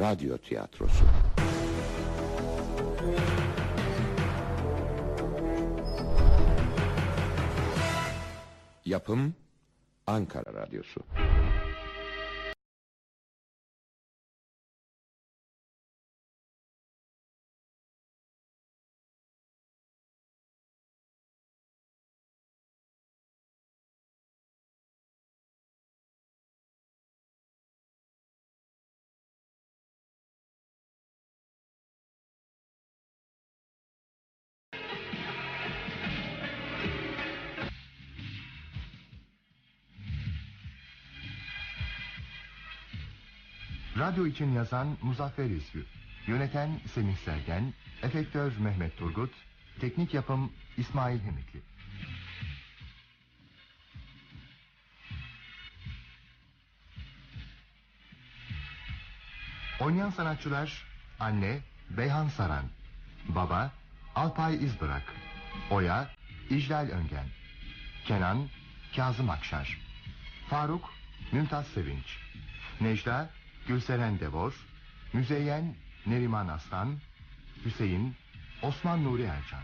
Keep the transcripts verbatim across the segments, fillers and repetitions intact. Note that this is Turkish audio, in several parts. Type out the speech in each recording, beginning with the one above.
Radyo tiyatrosu. Yapım Ankara Radyosu. Radyo için yazan Muzaffer İzgü, yöneten Semih Sergen, efektör Mehmet Turgut, teknik yapım İsmail Hemikli. Oynayan sanatçılar: anne Beyhan Saran, baba Alpay İzbırak, Oya İclal Öngen, Kenan Kazım Akşar, Faruk Mümtaz Sevinç, Necla Gülseren Devor, Müzeyyen Neriman Aslan, Hüseyin Osman Nuri Ercan.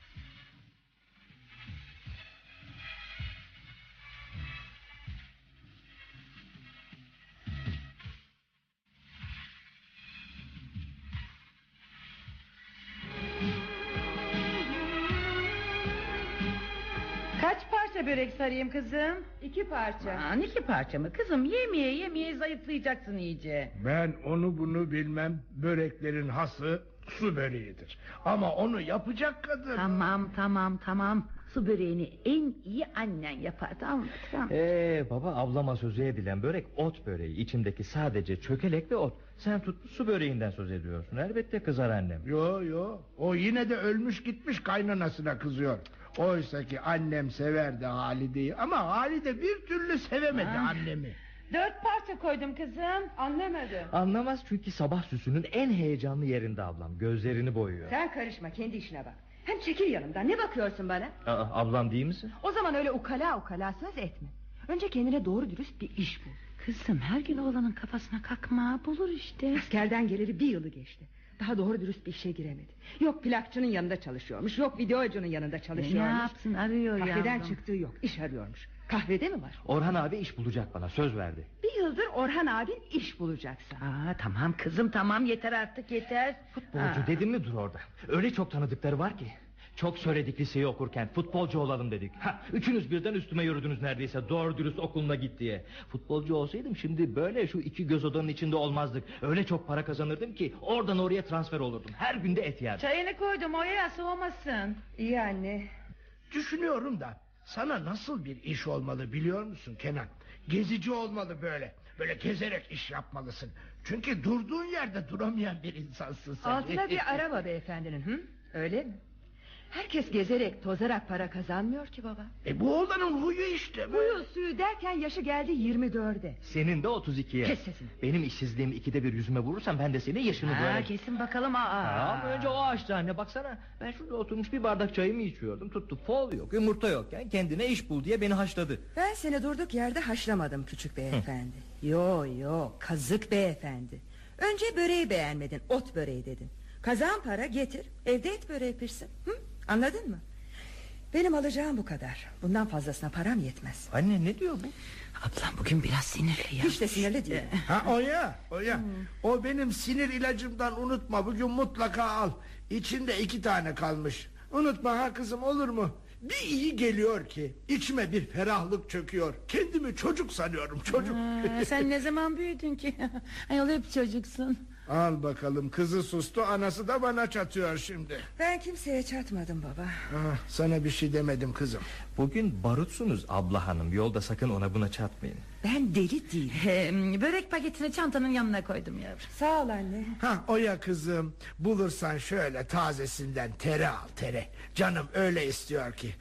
Kaç parça börek sarayım kızım? İki parça. Aman iki parça mı kızım? Yemeye yemeye zayıflayacaksın iyice. Ben onu bunu bilmem. Böreklerin hası su böreğidir. Ama onu yapacak kadın. Tamam tamam tamam. Su böreğini en iyi annen yapar, tamam mı? Tamam. Ee baba, ablama sözü edilen börek ot böreği. İçindeki sadece çökelek ve ot. Sen tut su böreğinden söz ediyorsun. Elbette kızar annem. Yo yo, o yine de ölmüş gitmiş kaynanasına kızıyor. Oysa ki annem severdi Halide'yi, ama Halide bir türlü sevemedi Ha. annemi. Dört parça koydum kızım. Anlamadım. Anlamaz çünkü sabah süsünün en heyecanlı yerinde ablam. Gözlerini boyuyor. Sen karışma, kendi işine bak. Hem çekil yanımdan, ne bakıyorsun bana? Aa, ablam değil misin? O zaman öyle ukala ukala söz etme. Önce kendine doğru dürüst bir iş bul. Kızım her gün oğlanın kafasına kakma bulur işte. Askerden geleli bir yılı geçti. Daha doğru dürüst bir işe giremedi. Yok plakçının yanında çalışıyormuş, yok videocunun yanında çalışıyormuş. Ne yapsın, arıyor Kahveden yavrum. çıktığı yok, iş arıyormuş. Kahvede mi var? Orhan abi iş bulacak bana, söz verdi. Bir yıldır Orhan abin iş bulacaksa. Aa, tamam kızım tamam, yeter artık yeter. Futbolcu Aa. dedim mi dur orada. Öyle çok tanıdıkları var ki. Çok söyledik liseyi okurken, futbolcu olalım dedik. Ha, üçünüz birden üstüme yürüdünüz neredeyse, doğru dürüst okuluna git diye. Futbolcu olsaydım şimdi böyle şu iki göz odanın içinde olmazdık. Öyle çok para kazanırdım ki oradan oraya transfer olurdum. Her günde et yerdim. Çayını koydum oraya, soğumasın. İyi anne. Düşünüyorum da sana nasıl bir iş olmalı biliyor musun Kenan? Gezici olmalı böyle. Böyle gezerek iş yapmalısın. Çünkü durduğun yerde duramayan bir insansın sen. Altına bir araba beyefendinin, hı? Öyle mi? Herkes gezerek tozarak para kazanmıyor ki baba. E bu oğlanın huyu işte. Huyu suyu derken yaşı geldi yirmi dörde. Senin de otuz ikiye. Kes sesini. Benim işsizliğimi ikide bir yüzüme vurursan ben de senin yaşını Ha, böyle... kesin bakalım. Aa. Ama önce o açtı anne, baksana. Ben şurada oturmuş bir bardak çayımı içiyordum. Tuttu fol yok, yumurta yokken kendine iş bul diye beni haşladı. Ben seni durduk yerde haşlamadım küçük beyefendi. Yo yo, kazık beyefendi. Önce böreği beğenmedin, ot böreği dedin. Kazan para getir, evde et böreği pişsin. Hı? Anladın mı? Benim alacağım bu kadar. Bundan fazlasına param yetmez. Anne ne diyor bu? Ablam bugün biraz sinirli ya. Hiç de sinirli değil. Ha Oya, Oya. Hmm. O benim sinir ilacımdan unutma, bugün mutlaka al. İçinde iki tane kalmış. Unutma ha kızım, olur mu? Bir iyi geliyor ki içime bir ferahlık çöküyor. Kendimi çocuk sanıyorum, çocuk. Ha, sen ne zaman büyüdün ki? Ayol hep çocuksun. Al bakalım, kızı sustu, anası da bana çatıyor şimdi. Ben kimseye çatmadım baba. Ah, sana bir şey demedim kızım. Bugün barutsunuz abla hanım. Yolda sakın ona buna çatmayın. Ben deli değilim. Ee, börek paketini çantanın yanına koydum yavrum. Sağ ol anne. Ha Oya kızım, bulursan şöyle tazesinden tere al, tere. Canım öyle istiyor ki.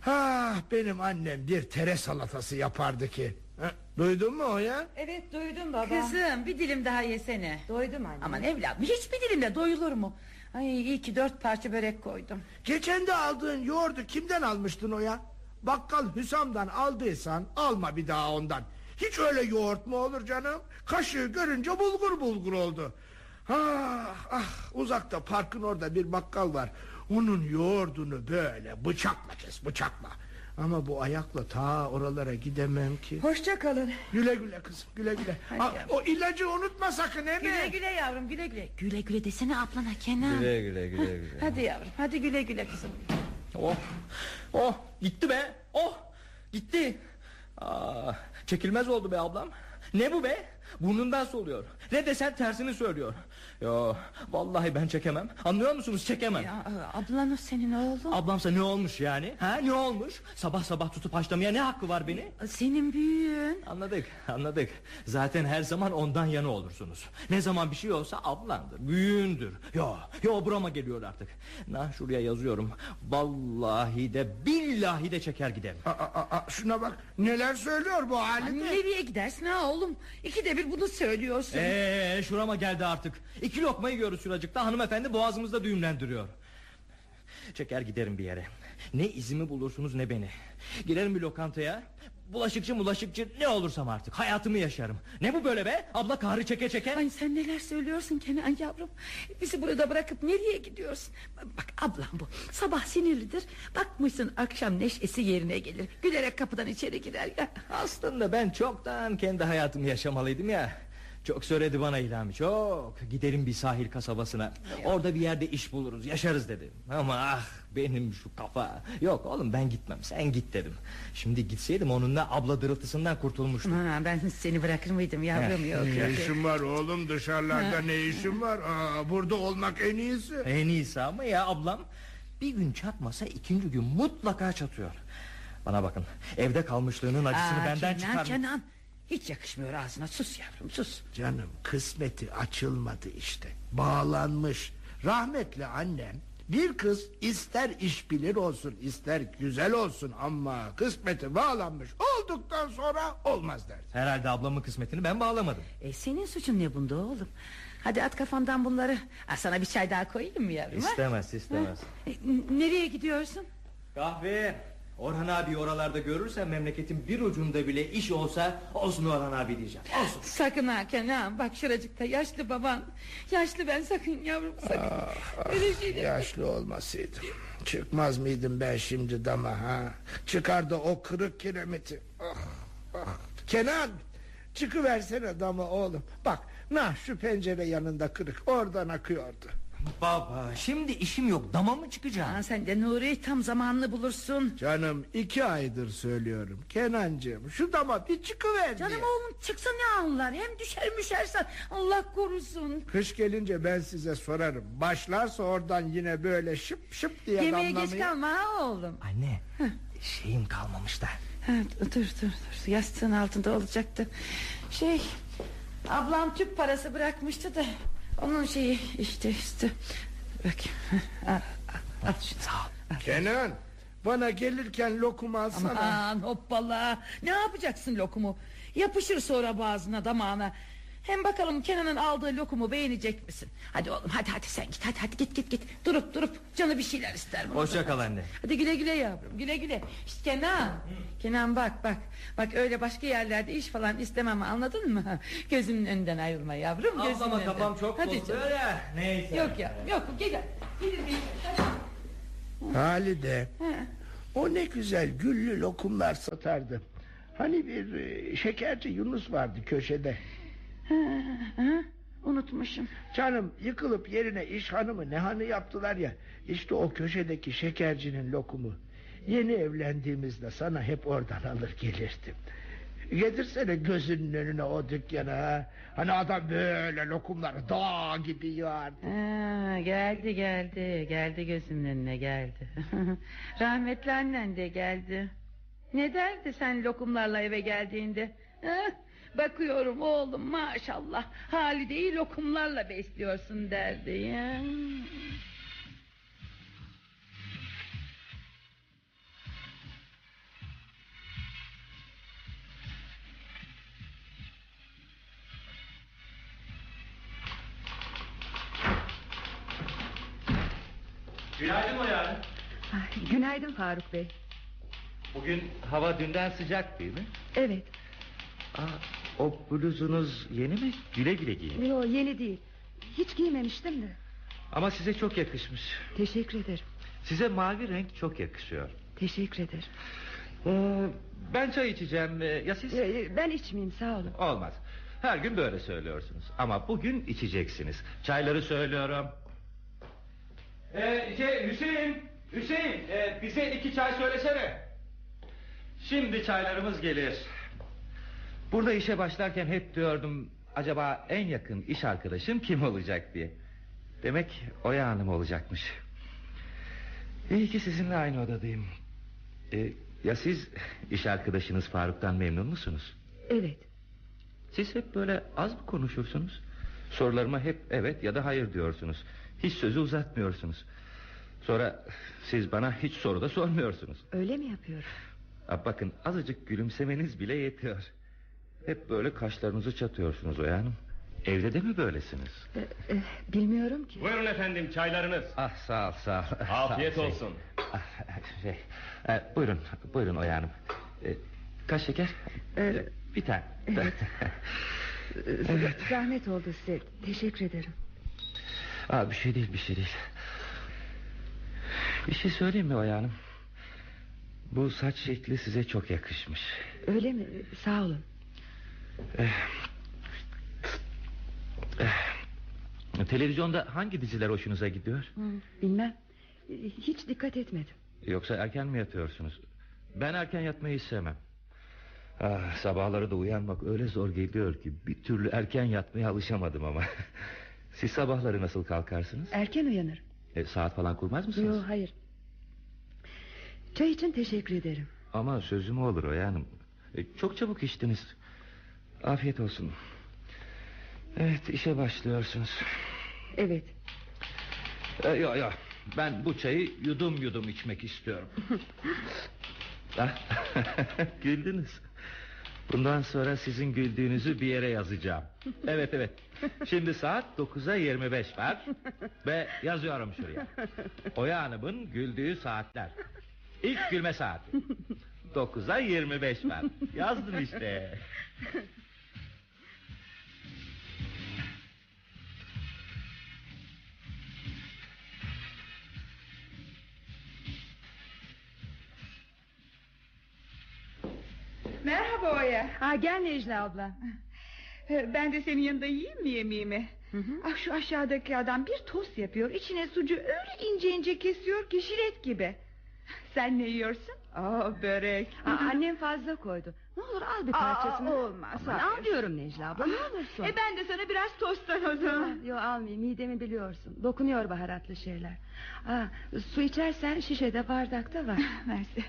Ha benim annem bir tere salatası yapardı ki. Ha, duydun mu Oya? Evet duydum baba. Kızım bir dilim daha yesene. Doydum anne. Aman evladım, hiçbir dilimle doyulur mu? Ay iyi ki dört parça börek koydum. Geçen de aldığın yoğurdu kimden almıştın Oya? Bakkal Hüsam'dan aldıysan alma bir daha ondan. Hiç öyle yoğurt mu olur canım? Kaşığı görünce bulgur bulgur oldu. Ah, ah, uzakta parkın orada bir bakkal var. Onun yoğurdunu böyle bıçakla kes, bıçakla. Ama bu ayakla ta oralara gidemem ki. Hoşça kalın. Güle güle kızım, güle güle. Aa, o ilacı unutma sakın Ene. Güle güle yavrum, güle güle. Güle güle desene ablana Kenan. Güle güle güle güle. Hadi yavrum, hadi güle güle kızım. Oh, oh gitti be. Oh gitti. Aa, çekilmez oldu be ablam. Ne bu be? Burnundan soluyor. Ne desen tersini söylüyor. Yo, vallahi ben çekemem. Anlıyor musunuz? Çekemem. Ya ablan o senin oğlun. Ablamsa ne olmuş yani? Ha, ne olmuş? Sabah sabah tutup haşlamaya ne hakkı var beni? Senin büyüğün. Anladık, anladık. Zaten her zaman ondan yana olursunuz. Ne zaman bir şey olsa ablandır, büyüğündür. Yo, yo burama geliyor artık. Nah şuraya yazıyorum. Vallahi de billahi de çeker giderim. Aa, aa, aa, şuna bak, neler söylüyor bu halinde. Nereye gidersin ha oğlum? İkide bir bunu söylüyorsun. Eee şurama geldi artık. İki lokmayı yiyoruz şuracıkta, hanımefendi boğazımızda düğümlendiriyor. Çeker giderim bir yere. Ne izimi bulursunuz ne beni. Girerim bir lokantaya. Bulaşıkçı bulaşıkçı ne olursam artık hayatımı yaşarım. Ne bu böyle be? Abla kahrı çeke çeke. Ay sen neler söylüyorsun Kenan yavrum. Bizi burada bırakıp nereye gidiyorsun? Bak ablam bu. Sabah sinirlidir. Bakmışsın akşam neşesi yerine gelir. Gülerek kapıdan içeri girer ya. Aslında ben çoktan kendi hayatımı yaşamalıydım ya. Çok söyledi bana İlhami, çok. Gidelim bir sahil kasabasına. Orada bir yerde iş buluruz, yaşarız dedi. Ama ah benim şu kafa. Yok oğlum ben gitmem, sen git dedim. Şimdi gitseydim onunla abla dırıltısından kurtulmuştum. Ha, ben seni bırakır mıydım yavrum? Yok, Ne yok, yok. işin var oğlum dışarılarda, ne işin var? Aa, burada olmak en iyisi. En iyisi ama ya ablam bir gün çatmasa ikinci gün mutlaka çatıyor. Bana bakın, evde kalmışlığının acısını Aa, benden Kenan, çıkar. Kenan. Hiç yakışmıyor ağzına, sus yavrum sus. Canım kısmeti açılmadı işte, bağlanmış. Rahmetli annem bir kız ister iş bilir olsun ister güzel olsun ama kısmeti bağlanmış olduktan sonra olmaz der. Herhalde ablamın kısmetini ben bağlamadım. E, senin suçun ne bunda oğlum? Hadi at kafandan bunları. Ha, sana bir çay daha koyayım mı yavrum? ha? İstemez istemez. E, n- nereye gidiyorsun? Kahve. Orhan abi oralarda görürsen memleketin bir ucunda bile iş olsa olsun Orhan abi diyeceğim. Olsun. Sakın ha Kenan, bak şuracıkta yaşlı baban. Yaşlı ben, sakın yavrum sakın. Öyle şey de- Yaşlı olmasaydım çıkmaz mıydım ben şimdi dama ha? Çıkardı o kırık kiremiti. Ah, ah. Kenan çıkıversene dama oğlum. Bak nah şu pencere yanında kırık, oradan akıyordu. Baba şimdi işim yok, dama mı çıkacağım? Aa, sen de Nuri tam zamanını bulursun. Canım iki aydır söylüyorum Kenancığım, şu dama bir çıkıver Canım diye. oğlum çıksa ne anlar? Hem düşer müşersen Allah korusun. Kış gelince ben size sorarım. Başlarsa oradan yine böyle şıp şıp diye Yemeğe damlamayı. geç kalma ha oğlum. Anne şeyim kalmamış da. Ha, dur dur dur, yastığın altında olacaktı. Şey, ablam tüp parası bırakmıştı da onun şeyi işte işte. Bak, al, al, al şunu. Sağ ol. Kenan bana gelirken lokum alsana. Aman hoppala, ne yapacaksın lokumu? Yapışır sonra boğazına damağına. Hem bakalım Kenan'ın aldığı lokumu beğenecek misin? Hadi oğlum hadi hadi sen git, hadi hadi git git git. Durup durup canı bir şeyler ister. Hoşça kal anne. Hadi güle güle yavrum, güle güle. İşte Kenan, Kenan bak bak. Bak öyle başka yerlerde iş falan istemem, anladın mı? Gözümün önünden ayrılma yavrum, gözümün Ablama önünden. kafam çok Hadi bozuluyor canım. ya. Neyse. Yok ya, yok gel gel. Gelir miyim? Halide o ne güzel güllü lokumlar satardı. Hani bir e, şekerci Yunus vardı köşede. Ha, ha, unutmuşum. Canım yıkılıp yerine iş hanımı ne hanı yaptılar ya. İşte o köşedeki şekercinin lokumu. Yeni evlendiğimizde sana hep oradan alır gelirdim. Getirsene gözünün önüne o dükkana ha. Hani adam böyle lokumları dağ gibi yağardı. Ha, geldi geldi geldi gözümün önüne geldi. Rahmetli annen de geldi. Ne derdi sen lokumlarla eve geldiğinde? Ha? Bakıyorum oğlum maşallah Halide'yi lokumlarla besliyorsun derdi ya. Günaydın Oya. Günaydın Faruk Bey. Bugün hava dünden sıcak değil mi? Evet. Aa, o bluzunuz yeni mi? Güle güle giyin. Yo, yeni değil. Hiç giymemiştim de. Ama size çok yakışmış. Teşekkür ederim. Size mavi renk çok yakışıyor. Teşekkür ederim. Ee, ben çay içeceğim. Ee, ya siz? Ee, Ben içmeyeyim, sağ olun. Olmaz. Her gün böyle söylüyorsunuz. Ama bugün içeceksiniz. Çayları söylüyorum. Ee, şey, Hüseyin, Hüseyin, e, bize iki çay söylesene. Şimdi çaylarımız gelir. Burada işe başlarken hep diyordum, acaba en yakın iş arkadaşım kim olacak diye. Demek Oya Hanım olacakmış. İyi ki sizinle aynı odadayım. Ee, ya siz iş arkadaşınız Faruk'tan memnun musunuz? Evet. Siz hep böyle az mı konuşursunuz? Sorularıma hep evet ya da hayır diyorsunuz. Hiç sözü uzatmıyorsunuz. Sonra siz bana hiç soru da sormuyorsunuz. Öyle mi yapıyorum? Ha, bakın azıcık gülümsemeniz bile yetiyor. Hep böyle kaşlarınızı çatıyorsunuz Oya Hanım. Evde de mi böylesiniz? Ee, e, bilmiyorum ki. Buyurun efendim, çaylarınız. Ah sağ ol sağ ol. Afiyet Sağ ol, olsun. Şey, ah, şey, e, buyurun buyurun Oya Hanım. E, kaç şeker? Ee, E, bir tane. Evet. Evet. Zahmet oldu size. Teşekkür ederim. Aa, bir şey değil bir şey değil. Bir şey söyleyeyim mi Oya Hanım? Bu saç şekli size çok yakışmış. Öyle mi? Sağ olun. Eh, eh, televizyonda hangi diziler hoşunuza gidiyor? Hı, bilmem. Hiç dikkat etmedim. Yoksa erken mi yatıyorsunuz? Ben erken yatmayı sevmem. Ah, sabahları da uyanmak öyle zor geliyor ki bir türlü erken yatmaya alışamadım ama. Siz sabahları nasıl kalkarsınız? Erken uyanırım. E, saat falan kurmaz mısınız? Yok, hayır. Çay için teşekkür ederim. Ama sözüm olur Oya Hanım. E, çok çabuk içtiniz. Afiyet olsun. Evet, işe başlıyorsunuz. Evet. E, yok yok, ben bu çayı yudum yudum içmek istiyorum. Ah, güldünüz. Bundan sonra sizin güldüğünüzü bir yere yazacağım. Evet evet. Şimdi saat dokuza yirmi beş var. Ve yazıyorum şuraya. Oya Hanım'ın güldüğü saatler. İlk gülme saati. Dokuza yirmi beş var. Yazdım işte. Merhaba Oya. Ha, gel Necla abla. Ben de senin yanında yiyeyim mi yemeğimi? Hı hı. Ah, şu aşağıdaki adam bir tost yapıyor. İçine sucuğu öyle ince ince kesiyor ki jilet gibi. Sen ne yiyorsun? Aa, börek. Aa, annem fazla koydu. Ne olur al bir Aa, parçasını. olmaz, Aman, hayır. al diyorum Necla abla, ne olursun. E ben de sana biraz tosttan o zaman. Yok, almayayım, midemi biliyorsun. Dokunuyor baharatlı şeyler. Aa, su içersen şişede bardakta var. Mersi.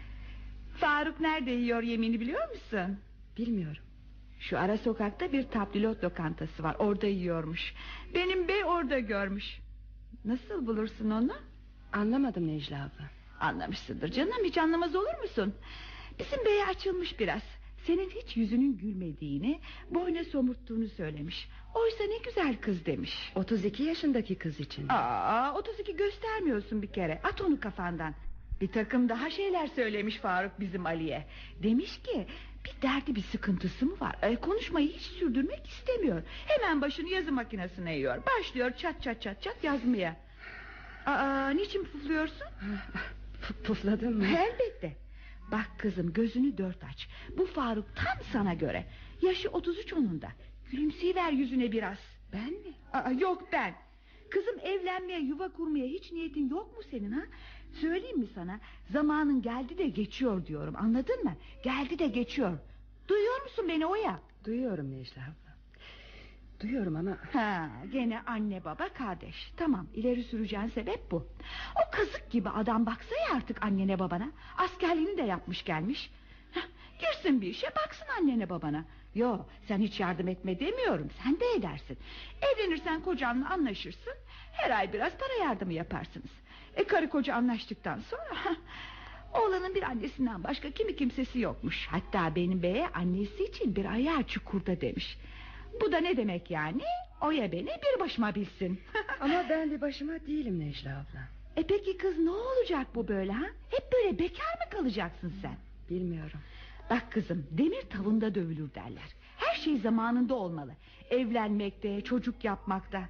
Faruk nerede yiyor yemeğini biliyor musun? Bilmiyorum. Şu ara sokakta bir tabldilot lokantası var, orada yiyormuş. Benim bey orada görmüş. Nasıl bulursun onu? Anlamadım Necla abla. Anlamışsındır canım, hiç anlamaz olur musun? Bizim bey açılmış biraz. Senin hiç yüzünün gülmediğini, boyuna somurttuğunu söylemiş. Oysa ne güzel kız demiş. Otuz iki yaşındaki kız için. Aa, otuz iki göstermiyorsun bir kere. At onu kafandan. Bir takım daha şeyler söylemiş Faruk bizim Ali'ye. Demiş ki bir derdi bir sıkıntısı mı var? E, konuşmayı hiç sürdürmek istemiyor. Hemen başını yazı makinesine eğiyor. Başlıyor çat çat çat çat yazmaya. Aa, niçin pufluyorsun? Pufladın mı? Elbette. Bak kızım, gözünü dört aç. Bu Faruk tam sana göre. Yaşı otuz üç onun da. Gülümseyiver yüzüne biraz. Ben mi? Aa, yok ben. Kızım, evlenmeye, yuva kurmaya hiç niyetin yok mu senin ha? Söyleyeyim mi sana? Zamanın geldi de geçiyor diyorum, anladın mı? Geldi de geçiyor. Duyuyor musun beni Oya? Duyuyorum Necla abla. Duyuyorum ama... Ha, gene anne baba kardeş. Tamam, ileri süreceğin sebep bu. O kazık gibi adam baksaya artık annene babana. Askerliğini de yapmış gelmiş. Heh, girsin bir işe, baksın annene babana. Yo, sen hiç yardım etme demiyorum, sen de edersin. Evlenirsen kocanla anlaşırsın. Her ay biraz para yardımı yaparsınız. E karı koca anlaştıktan sonra... Oğlanın bir annesinden başka kimi kimsesi yokmuş. Hatta benim beye annesi için bir ayağı çukurda demiş. Bu da ne demek yani? Oya beni bir başıma bilsin. Ama ben bir başıma değilim Necla abla. E peki kız, ne olacak bu böyle ha? Hep böyle bekar mı kalacaksın sen? Bilmiyorum. Bak kızım, demir tavında dövülür derler. Her şey zamanında olmalı. Evlenmekte, çocuk yapmakta.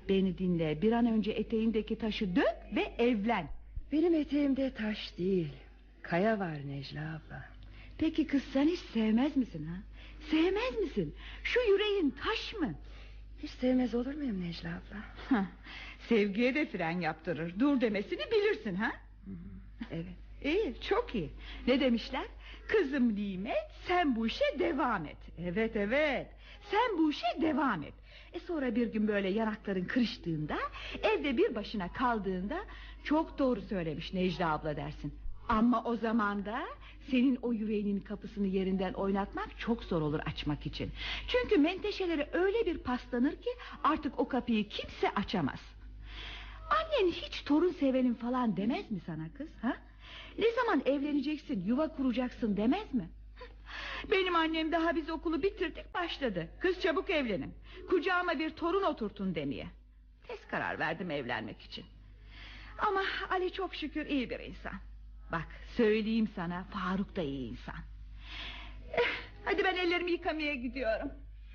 Beni dinle, bir an önce eteğindeki taşı dök ve evlen. Benim eteğimde taş değil, kaya var Necla abla. Peki kız, sen hiç sevmez misin ha? Sevmez misin? Şu yüreğin taş mı? Hiç sevmez olur muyum Necla abla? Hah, sevgiye de fren yaptırır. Dur demesini bilirsin ha? Evet. İyi, çok iyi. Ne demişler? Kızım Nimet, sen bu işe devam et. Evet evet, sen bu işe devam et. E sonra bir gün böyle yanakların kırıştığında, evde bir başına kaldığında, çok doğru söylemiş Necla abla dersin. Ama o zaman da senin o yüreğinin kapısını yerinden oynatmak çok zor olur açmak için. Çünkü menteşeleri öyle bir paslanır ki artık o kapıyı kimse açamaz. Annen hiç torun sevelim falan demez mi sana kız? Ha? Ne zaman evleneceksin, yuva kuracaksın demez mi? Benim annem daha biz okulu bitirdik başladı. Kız çabuk evlenin, kucağıma bir torun oturtun demeye. Tez karar verdim evlenmek için. Ama Ali çok şükür iyi bir insan. Bak söyleyeyim sana, Faruk da iyi insan. eh, Hadi ben ellerimi yıkamaya gidiyorum.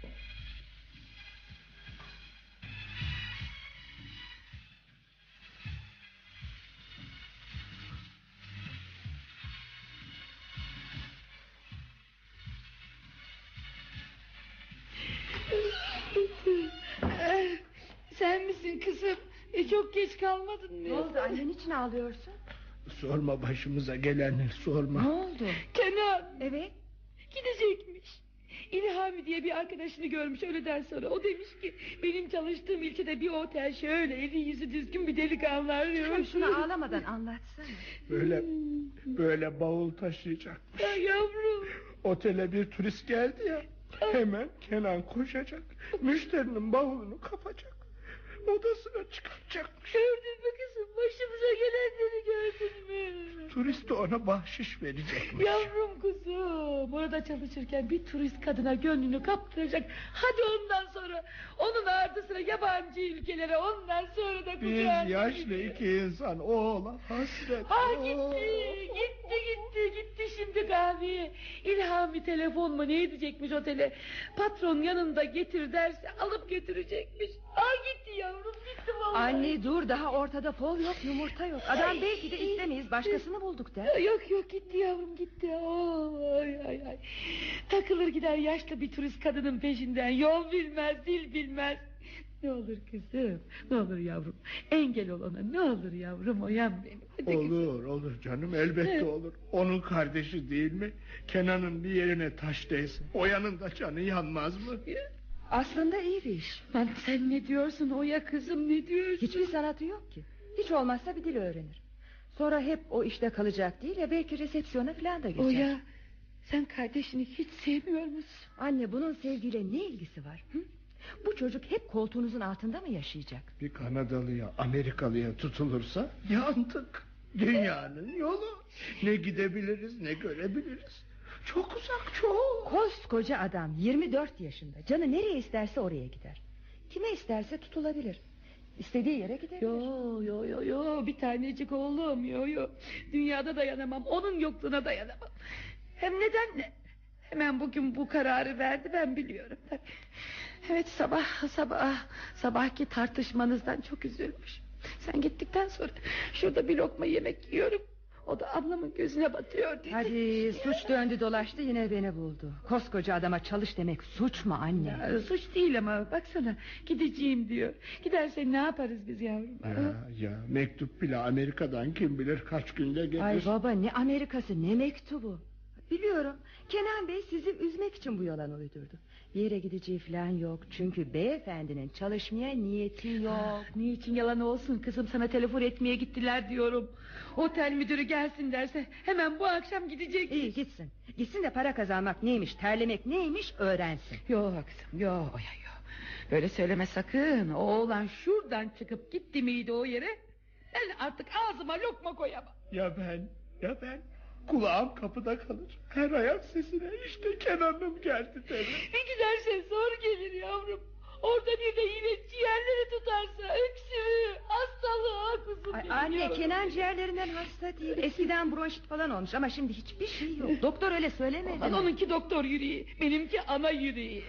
Sen misin kızım? E, çok geç kalmadın mı? Ne oldu, annen için ağlıyorsun? Sorma başımıza gelenleri, sorma. Ne oldu? Kenan Evet. gidecekmiş. İlhami diye bir arkadaşını görmüş öğleden sonra. O demiş ki benim çalıştığım ilçede bir otel şöyle eli yüzü düzgün bir delikanlı arıyor. Şunu ağlamadan anlatsana. Böyle böyle bavul taşıyacakmış. Ya yavrum. Otele bir turist geldi ya. Hemen Kenan koşacak, müşterinin bavulunu kapacak, odasına çıkartacakmış. Gördün mü kızım, başımıza gelenleri gördün mü? Turist de ona bahşiş verecekmiş. Yavrum kuzum, orada çalışırken bir turist kadına gönlünü kaptıracak. Hadi ondan sonra onun ardı sıra yabancı ülkelere, ondan sonra da kucağına... Biz yaşlı iki insan oğlan hasret. Ha Oo. gitti, gitti, gitti, gitti şimdi kahveye. İlhami telefon mu ne edecekmiş otele? Patron yanında getir derse alıp götürecekmiş. Ha gitti yavrum, gitti vallahi. Anne dur, daha ortada fol yok, yumurta yok. Adam belki de istemeyiz, başkasını bulduk der. Yok yok, gitti yavrum, gitti. Oo, ay, ay, ay. Takılır gider yaşlı bir turist kadının peşinden. Yol bilmez, dil bilmez. Ne olur kızım, ne olur yavrum, engel olana ne olur yavrum, uyan benim. Hadi Olur kızım. olur canım, elbette Evet. olur. Onun kardeşi değil mi? Kenan'ın bir yerine taş değsin, o yanında canı yanmaz mı? Aslında iyi bir iş. Lan sen ne diyorsun Oya kızım, ne diyorsun? Hiçbir sanatı yok ki. Hiç olmazsa bir dil öğrenir. Sonra hep o işte kalacak değil ya, belki resepsiyona falan da geçer. Oya, sen kardeşini hiç sevmiyor musun? Anne, bunun sevgiyle ne ilgisi var? Hı? Bu çocuk hep koltuğunuzun altında mı yaşayacak? Bir Kanadalıya, Amerikalıya tutulursa yandık. Dünyanın yolu. Ne gidebiliriz, ne görebiliriz. Çok uzak, çok. Koskoca adam, yirmi dört yaşında. Canı nereye isterse oraya gider. Kime isterse tutulabilir. İstediği yere gidebilir. Yo yo yo yo, bir tanecik oğlum, yo yo. Dünyada dayanamam, onun yokluğuna dayanamam. Hem neden ne? Hemen bugün bu kararı verdi, ben biliyorum tabii. Evet, sabah sabah sabahki tartışmanızdan çok üzülmüş. Sen gittikten sonra şurada bir lokma yemek yiyorum. O da ablamın gözüne batıyor dedi. Hadi, suç döndü dolaştı yine beni buldu. Koskoca adama çalış demek suç mu anne? Ya, suç değil ama baksana, gideceğim diyor. Giderse ne yaparız biz yavrum? Ya, ya mektup bile Amerika'dan kim bilir kaç günde gelir. Ay baba, ne Amerikası ne mektubu. Biliyorum, Kenan Bey sizi üzmek için bu yalan uydurdu. Bir yere gideceği falan yok. Çünkü beyefendinin çalışmaya niyeti yok. Ah, niçin yalan olsun kızım, sana telefon etmeye gittiler diyorum. Otel müdürü gelsin derse hemen bu akşam gidecek. İyi, gitsin. Gitsin de para kazanmak neymiş, terlemek neymiş öğrensin. Yok kızım, yok Oya, yok. Böyle söyleme sakın. O oğlan şuradan çıkıp gitti miydi o yere, ben artık ağzıma lokma koyamam. Ya ben, ya ben. Kulağım kapıda kalır. Her ayak sesine işte Kenan'ım geldi derim. Bir giderse zor gelir yavrum. Orada bir de yine ciğerleri tutarsa, öksürüğü, hastalığı kuzum. Ay, benim anne, yavrum. Kenan ciğerlerinden hasta değil. Eskiden bronşit falan olmuş ama şimdi hiçbir şey yok. Doktor öyle söylemedi Lan mi? onunki doktor yüreği, benimki ana yüreği.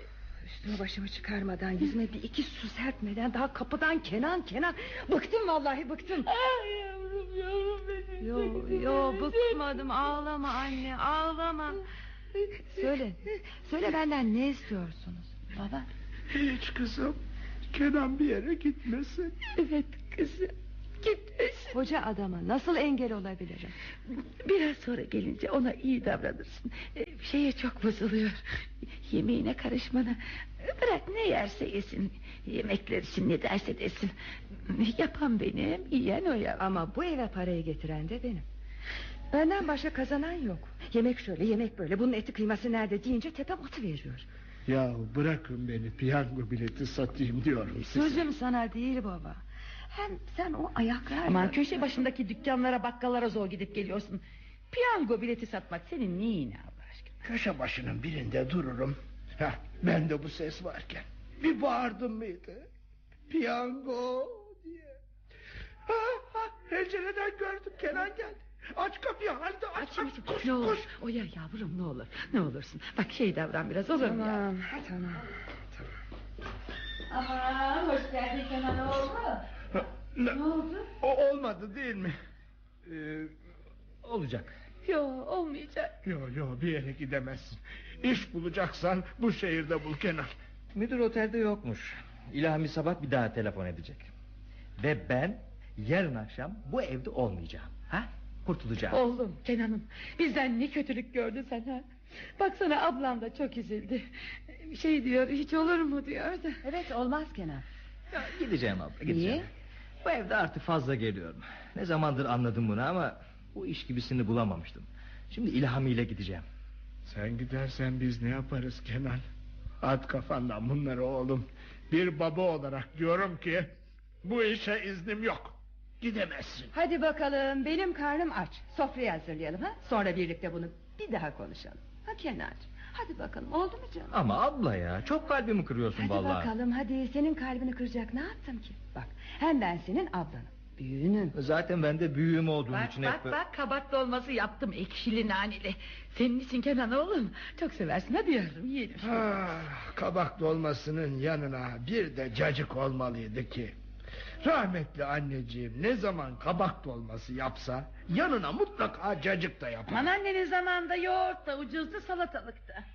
Üstümü başımı çıkarmadan, yüzüme bir iki su serpmeden daha kapıdan Kenan Kenan. Bıktım vallahi, bıktım. Ay yavrum yavrum benim. Yo yo, bıkmadım, ağlama anne, ağlama. Söyle, söyle benden ne istiyorsunuz baba? Hiç kızım. Kenan bir yere gitmesin. Evet kızım, gitmesin. Koca adama nasıl engel olabilirim? Biraz sonra gelince ona iyi davranırsın. Ee, Şeye çok bozuluyor. Yemeğine karışmana. Bırak, ne yerse yesin. Yemekler için ne derse desin. Yapan benim, yiyen o ya. Ama bu eve parayı getiren de benim. Benden başka kazanan yok. Yemek şöyle, yemek böyle, bunun eti kıyması nerede deyince tepem atıveriyor. Ya bırakın beni, piyango bileti satayım diyorum size. Sözüm sana değil baba. Hem sen o ayaklarla... Aman, köşe başındaki dükkanlara, bakkallara zor gidip geliyorsun. Piyango bileti satmak senin neyine Allah aşkına? Köşe başının birinde dururum. Heh, ben de bu ses varken bir bağırdım mıydı? Piyango diye. Ha, ha, pencereden gördüm, Kenan geldi. Aç kapıyı Halide, aç, aç, aç, koş, ne olur, koş. Oya yavrum, ne olur, ne olursun. Bak, şey davran biraz, olur mu ya? Tamam, tamam. Aman, hoş geldin Kenan oğlum. Ne, Ne oldu? o olmadı değil mi? Ee, olacak. Yo, olmayacak. Yo yo, bir yere gidemezsin. İş bulacaksan bu şehirde bul Kenan. Müdür otelde yokmuş. İlhami sabah bir daha telefon edecek. Ve ben yarın akşam bu evde olmayacağım. Ha? Kurtulacağım. Oğlum, Kenan'ım, bizden ne kötülük gördün sen ha? Baksana, ablam da çok üzüldü. Şey diyor, hiç olur mu diyor da. Evet, olmaz Kenan. Ya, gideceğim abla, gideceğim. Niye? Bu evde artık fazla geliyorum. Ne zamandır anladım bunu ama bu iş gibisini bulamamıştım. Şimdi İlhami ile gideceğim. Sen gidersen biz ne yaparız Kenan? At kafandan bunları oğlum. Bir baba olarak diyorum ki bu işe iznim yok. Gidemezsin. Hadi bakalım, benim karnım aç. Sofrayı hazırlayalım ha. Sonra birlikte bunu bir daha konuşalım. Ha Kenarcığım, hadi bakalım, oldu mu canım? Ama abla ya, çok kalbimi kırıyorsun Hadi vallahi. bakalım, hadi, senin kalbini kıracak ne yaptım ki? Bak, hem ben senin ablanım, büyüğünüm. Zaten ben de büyüğüm olduğum Bak için bak hep... bak, kabak dolması yaptım, ekşili naneli. Senin için Kenan oğlum, çok seversin, hadi yavrum, yiyelim. Ah, kabak dolmasının yanına bir de cacık olmalıydı ki. Rahmetli anneciğim ne zaman kabak dolması yapsa yanına mutlaka cacık da yapar. Aman, annenin zamanında yoğurt da ucuzdu, salatalık da.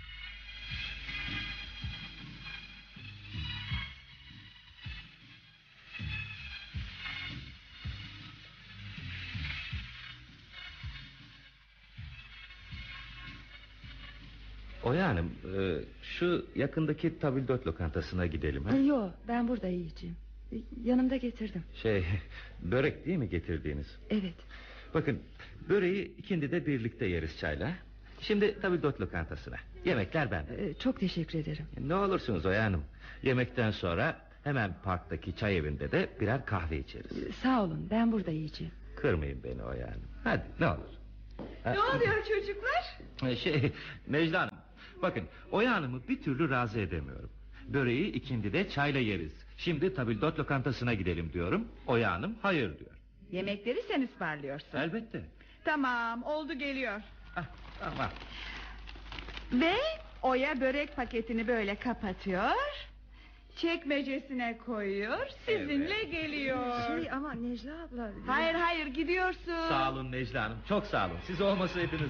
Oya Hanım, e, şu yakındaki tabildot lokantasına gidelim ha? Yok, ben burada yiyeceğim. Yanımda getirdim. Şey, börek değil mi getirdiğiniz? Evet. Bakın, böreği ikindi de birlikte yeriz çayla. Şimdi tabildot lokantasına. Yemekler bende. Ee, çok teşekkür ederim. Ne olursunuz Oya Hanım. Yemekten sonra hemen parktaki çay evinde de birer kahve içeriz. Ee, sağ olun, ben burada yiyeceğim. Kırmayın beni Oya Hanım. Hadi, ne olur. Ne oluyor çocuklar? Şey, Necla Hanım, bakın Oya Hanım'ı bir türlü razı edemiyorum. Böreği ikindi de çayla yeriz. Şimdi tabildot lokantasına gidelim diyorum. Oya Hanım hayır diyor. Yemekleri sen ısmarlıyorsun. Elbette. Tamam, oldu, geliyor. Ah, tamam. Ve Oya börek paketini böyle kapatıyor, çekmecesine koyuyor, sizinle Evet. geliyor. Şey ama Necla abla... Hayır hayır, gidiyorsun. Sağ olun Necla Hanım, çok sağ olun. Siz olmasaydınız.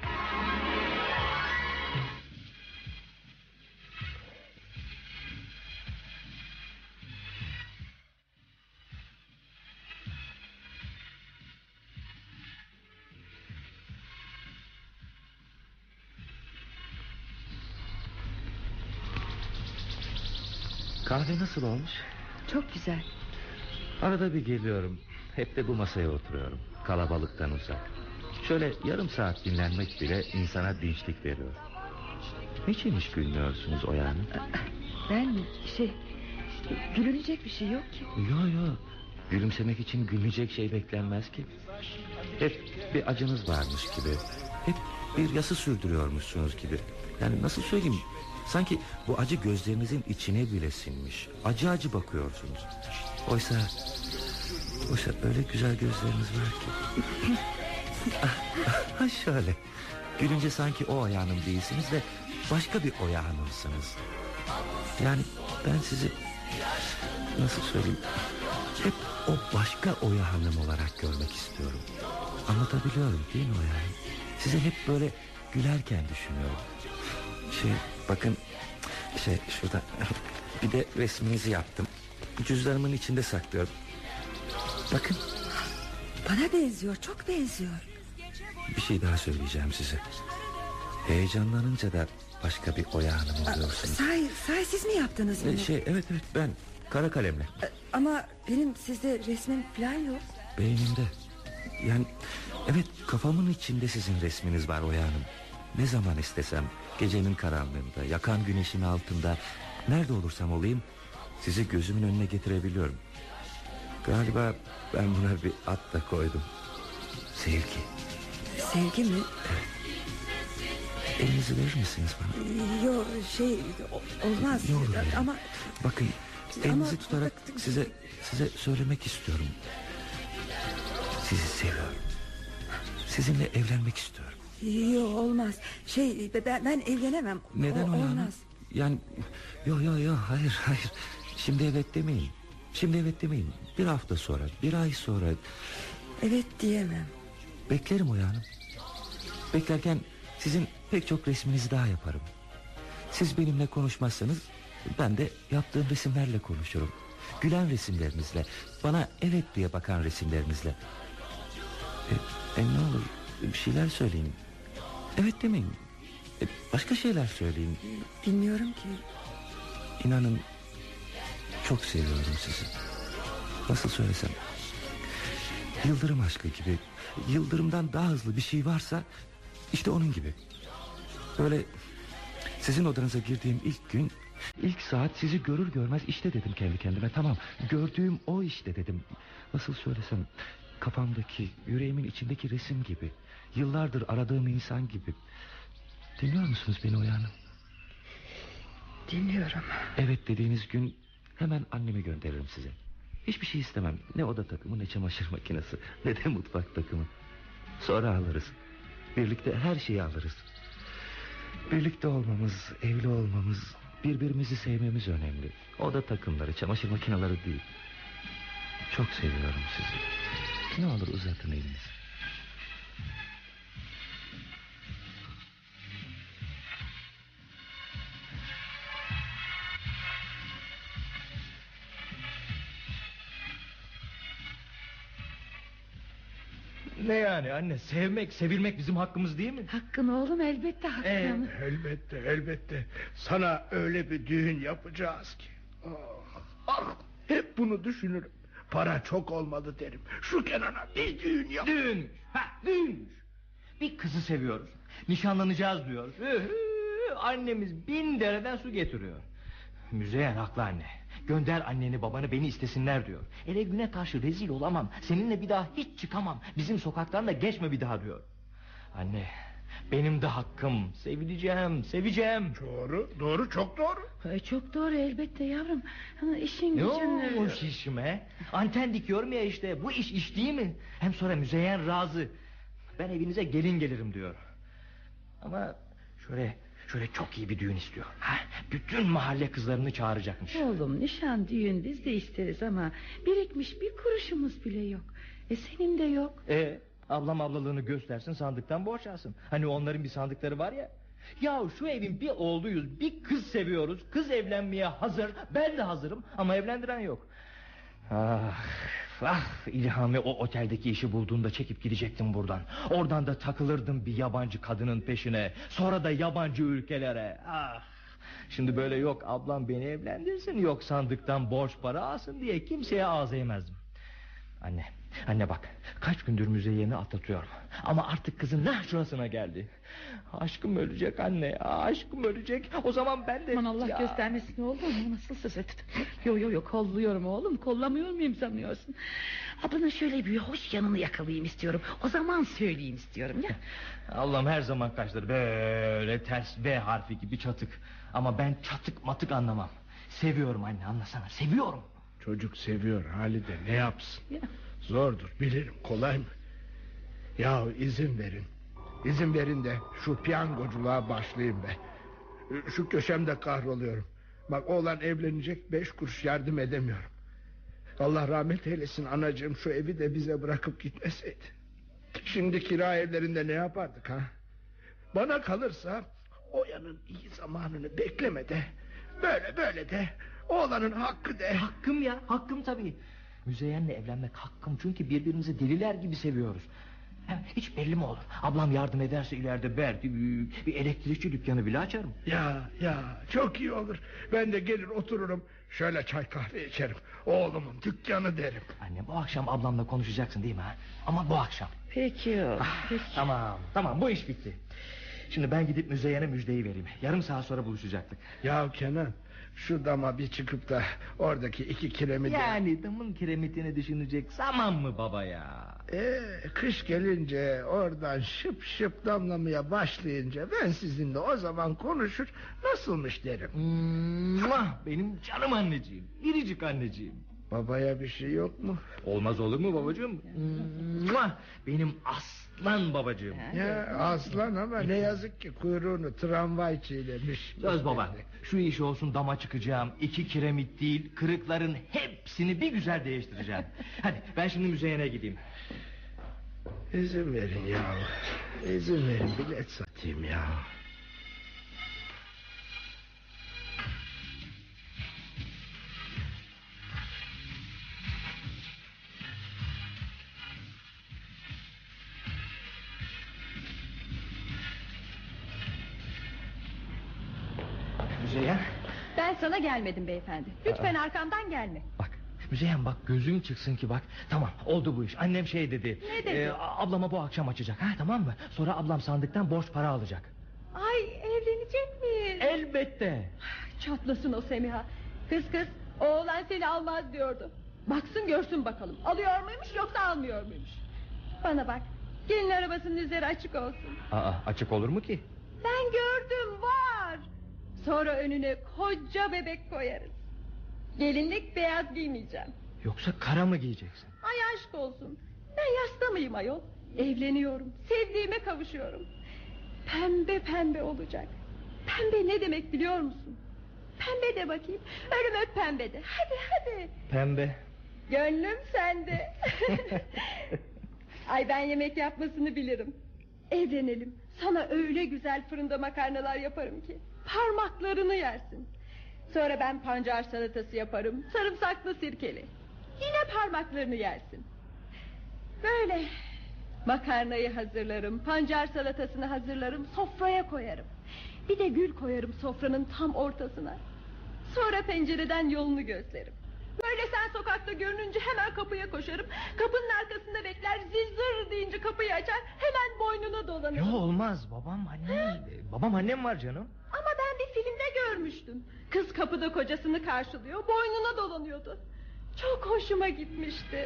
Kahve nasıl olmuş? Çok güzel. Arada bir geliyorum. Hep de bu masaya oturuyorum. Kalabalıktan uzak. Şöyle yarım saat dinlenmek bile insana dinçlik veriyor. Niçin hiç gülmüyorsunuz Oya Hanım? Ben mi? Şey... Gülünecek bir şey yok ki. Yo yo. Gülümsemek için gülünecek şey beklenmez ki. Hep bir acınız varmış gibi. Hep bir yası sürdürüyormuşsunuz gibi. Yani nasıl söyleyeyim? Sanki bu acı gözlerinizin içine bile sinmiş. Acı acı bakıyorsunuz. Oysa... Oysa öyle güzel gözleriniz var ki. Ha şöyle. Gülünce sanki o Oya Hanım değilsiniz de başka bir Oya Hanım'sınız. Yani ben sizi nasıl söyleyeyim, hep o başka Oya Hanım olarak görmek istiyorum. Anlatabiliyorum değil mi Oya Hanım? Sizi hep böyle gülerken düşünüyorum. Şey bakın, şey şurada bir de resminizi yaptım. Cüzdanımın içinde saklıyorum. Bakın. Bana benziyor, çok benziyor. Bir şey daha söyleyeceğim size. Heyecanlanınca da başka bir Oya Hanım oluyorsunuz. Sahi, sahi siz mi yaptınız bunu? Şey evet evet ben kara kalemle. Ama benim sizde resmim falan yok. Beynimde. Yani evet, kafamın içinde sizin resminiz var Oya Hanım. Ne zaman istesem, gecenin karanlığında, yakan güneşin altında, nerede olursam olayım sizi gözümün önüne getirebiliyorum. Galiba ben buna bir ad da koydum. Sevgi. Sevgi mi? Evet. Elinizi verir misiniz bana? Yok şey o- olmaz. Ne olur yani. Ama bakın, elinizi ama, tutarak bak, size size söylemek istiyorum. Sizi seviyorum. Sizinle evlenmek istiyorum. Yok olmaz. Şey ben, ben evlenemem. Neden o, Oya Hanım? olmaz. Yani yok yok yok hayır hayır. Şimdi evet demeyin. Şimdi evet demeyin. Bir hafta sonra, bir ay sonra. Evet diyemem. Beklerim Oya Hanım. Beklerken sizin pek çok resminizi daha yaparım. Siz benimle konuşmazsanız ben de yaptığım resimlerle konuşurum. Gülen resimlerinizle, bana evet diye bakan resimlerinizle. E, e ne olur bir şeyler söyleyin. Evet demeyin. E, başka şeyler söyleyin. Bilmiyorum ki. İnanın çok seviyorum sizi. Nasıl söylesem, yıldırım aşkı gibi, yıldırımdan daha hızlı bir şey varsa işte onun gibi. Böyle sizin odanıza girdiğim ilk gün, ilk saat sizi görür görmez işte dedim kendi kendime, tamam gördüğüm o işte dedim. Nasıl söylesem, kafamdaki, yüreğimin içindeki resim gibi, yıllardır aradığım insan gibi. Dinliyor musunuz beni Oya Hanım? Dinliyorum. Evet dediğiniz gün hemen annemi gönderirim size. Hiçbir şey istemem. Ne oda takımı, ne çamaşır makinesi, ne de mutfak takımı. Sonra alırız. Birlikte her şeyi alırız. Birlikte olmamız, evli olmamız, birbirimizi sevmemiz önemli. Oda takımları, çamaşır makineleri değil. Çok seviyorum sizi. Ne olur uzatın elinizi. Ne yani anne, sevmek, sevilmek bizim hakkımız değil mi? Hakkın oğlum, elbette hakkın. Ee, Elbette elbette. Sana öyle bir düğün yapacağız ki. Ah, ah, hep bunu düşünürüm. Para çok olmalı derim. Şu Kenan'a bir düğün yap. Düğünmüş. Ha, düğünmüş. Bir kızı seviyoruz. Nişanlanacağız diyoruz. Ühü, annemiz bin dereden su getiriyor. Müzeyyen haklı anne. Gönder anneni babanı, beni istesinler diyor. Ele güne karşı rezil olamam. Seninle bir daha hiç çıkamam. Bizim sokaktan da geçme bir daha diyor. Anne, benim de hakkım. Sevileceğim, seveceğim. Doğru, doğru, çok doğru. Ay, çok doğru elbette yavrum. Ama işin Ne gücün... olmuş işime? Anten dikiyorum ya işte. Bu iş iş değil mi? Hem sonra Müzeyyen razı. Ben evinize gelin gelirim diyor. Ama şöyle şöyle çok iyi bir düğün istiyor. Ha, bütün mahalle kızlarını çağıracakmış. Oğlum, nişan düğün biz de isteriz ama birikmiş bir kuruşumuz bile yok. E senin de yok. E ablam ablalığını göstersin, sandıktan borç alsın. Hani onların bir sandıkları var ya. Ya şu evin bir oğluyuz, bir kız seviyoruz. Kız evlenmeye hazır, ben de hazırım ama evlendiren yok. Ah, ah İlhami o oteldeki işi bulduğunda çekip gidecektim buradan. Oradan da takılırdım bir yabancı kadının peşine. Sonra da yabancı ülkelere. Ah. Şimdi böyle yok ablam beni evlendirsin, yok sandıktan borç para alsın diye kimseye ağız eğmezdim. Anne, anne bak, kaç gündür Müzeyyen'i atlatıyorum. Ama artık kızın nah şurasına geldi. Aşkım ölecek anne, aşkım ölecek. O zaman ben de... Aman Allah Ya... göstermesin oğlum, nasıl söz ettin? Yo yo yo, kolluyorum oğlum, kollamıyor muyum sanıyorsun? Ablanın şöyle bir hoş yanını yakalayayım istiyorum. O zaman söyleyeyim istiyorum ya. Allah'ım her zaman kaçtır böyle ters V harfi gibi çatık. Ama ben çatık matık anlamam. Seviyorum anne, anlasana, seviyorum. Çocuk seviyor Halide, ne yapsın? Ya. Zordur bilirim, kolay mı? Yahu izin verin. İzin verin de şu piyangoculuğa başlayayım be. Şu köşemde kahroluyorum. Bak oğlan evlenecek, beş kuruş yardım edemiyorum. Allah rahmet eylesin anacığım, şu evi de bize bırakıp gitmeseydi. Şimdi kira evlerinde ne yapardık ha? Bana kalırsa Oya'nın iyi zamanını bekleme de, böyle böyle de, oğlanın hakkı de. Hakkım ya, hakkım tabii. Müzeyyen'le evlenmek hakkım, çünkü birbirimizi deliler gibi seviyoruz. Hem hiç belli mi olur? Ablam yardım ederse ileride belki büyük bir elektrikçi dükkanı bile açarım. Ya ya çok iyi olur. Ben de gelir otururum, şöyle çay kahve içerim. Oğlumun dükkanı derim. Anne, bu akşam ablamla konuşacaksın değil mi ha? Ama bu akşam. Peki oğlum, Ah, peki. Tamam tamam, bu iş bitti. Şimdi ben gidip Müzeyyen'e müjdeyi vereyim. Yarım saat sonra buluşacaktık. Ya Kenan, şu dama bir çıkıp da oradaki iki kiremi de... Yani damın kiremitini düşünecek zaman mı baba ya? Ee, kış gelince oradan şıp şıp damlamaya başlayınca ben sizinle o zaman konuşur nasılmış derim. Mwah, benim canım anneciğim, biricik anneciğim. Babaya bir şey yok mu? Olmaz olur mu babacığım? Mwah, benim aslan babacığım. Ya aslan, ama ne yazık ki kuyruğunu tramvay çiğnemiş. Söz baba, şu iş olsun, dama çıkacağım. İki kiremit değil, kırıkların hepsini bir güzel değiştireceğim. Hadi ben şimdi Müzeyyen'e gideyim. İzin verin ya. İzin verin, bilet satayım ya. Müzeyyen. Ben sana gelmedim beyefendi. Lütfen arkamdan gelme. Bak Müzeyyen, bak gözün çıksın ki bak. Tamam, oldu bu iş. Annem şey dedi. Ne dedi? e, ablama bu akşam açacak, ha, tamam mı? Sonra ablam sandıktan borç para alacak. Ay, evlenecek miyiz? Elbette. Çatlasın o Semiha. Kız kız, oğlan seni almaz diyordu. Baksın görsün bakalım, alıyor muymuş yoksa almıyor muymuş. Bana bak, gelin arabasının üzeri açık olsun. Aa, açık olur mu ki? Ben gördüm, var. Sonra önüne koca bebek koyarız. Gelinlik beyaz giymeyeceğim. Yoksa kara mı giyeceksin? Ay aşk olsun, ben yasta mıyım ayol? Evleniyorum, sevdiğime kavuşuyorum. Pembe pembe olacak. Pembe ne demek biliyor musun? Pembe de bakayım. Ölüm öp pembe de. Hadi hadi. Pembe. Gönlüm sende. Ay, ben yemek yapmasını bilirim. Evlenelim. Sana öyle güzel fırında makarnalar yaparım ki parmaklarını yersin. Sonra ben pancar salatası yaparım, sarımsaklı sirkeli. Yine parmaklarını yersin. Böyle makarnayı hazırlarım, pancar salatasını hazırlarım, sofraya koyarım. Bir de gül koyarım sofranın tam ortasına. Sonra pencereden yolunu gözlerim. Böyle sen sokakta görününce hemen kapıya koşarım. Kapının arkasında bekler, zil zır deyince kapıyı açar, hemen boynuna dolanırım. Yo, olmaz, babam annem. Babam annem var canım. Ama ben bir filmde görmüştüm. Kız kapıda kocasını karşılıyor, boynuna dolanıyordu. Çok hoşuma gitmişti.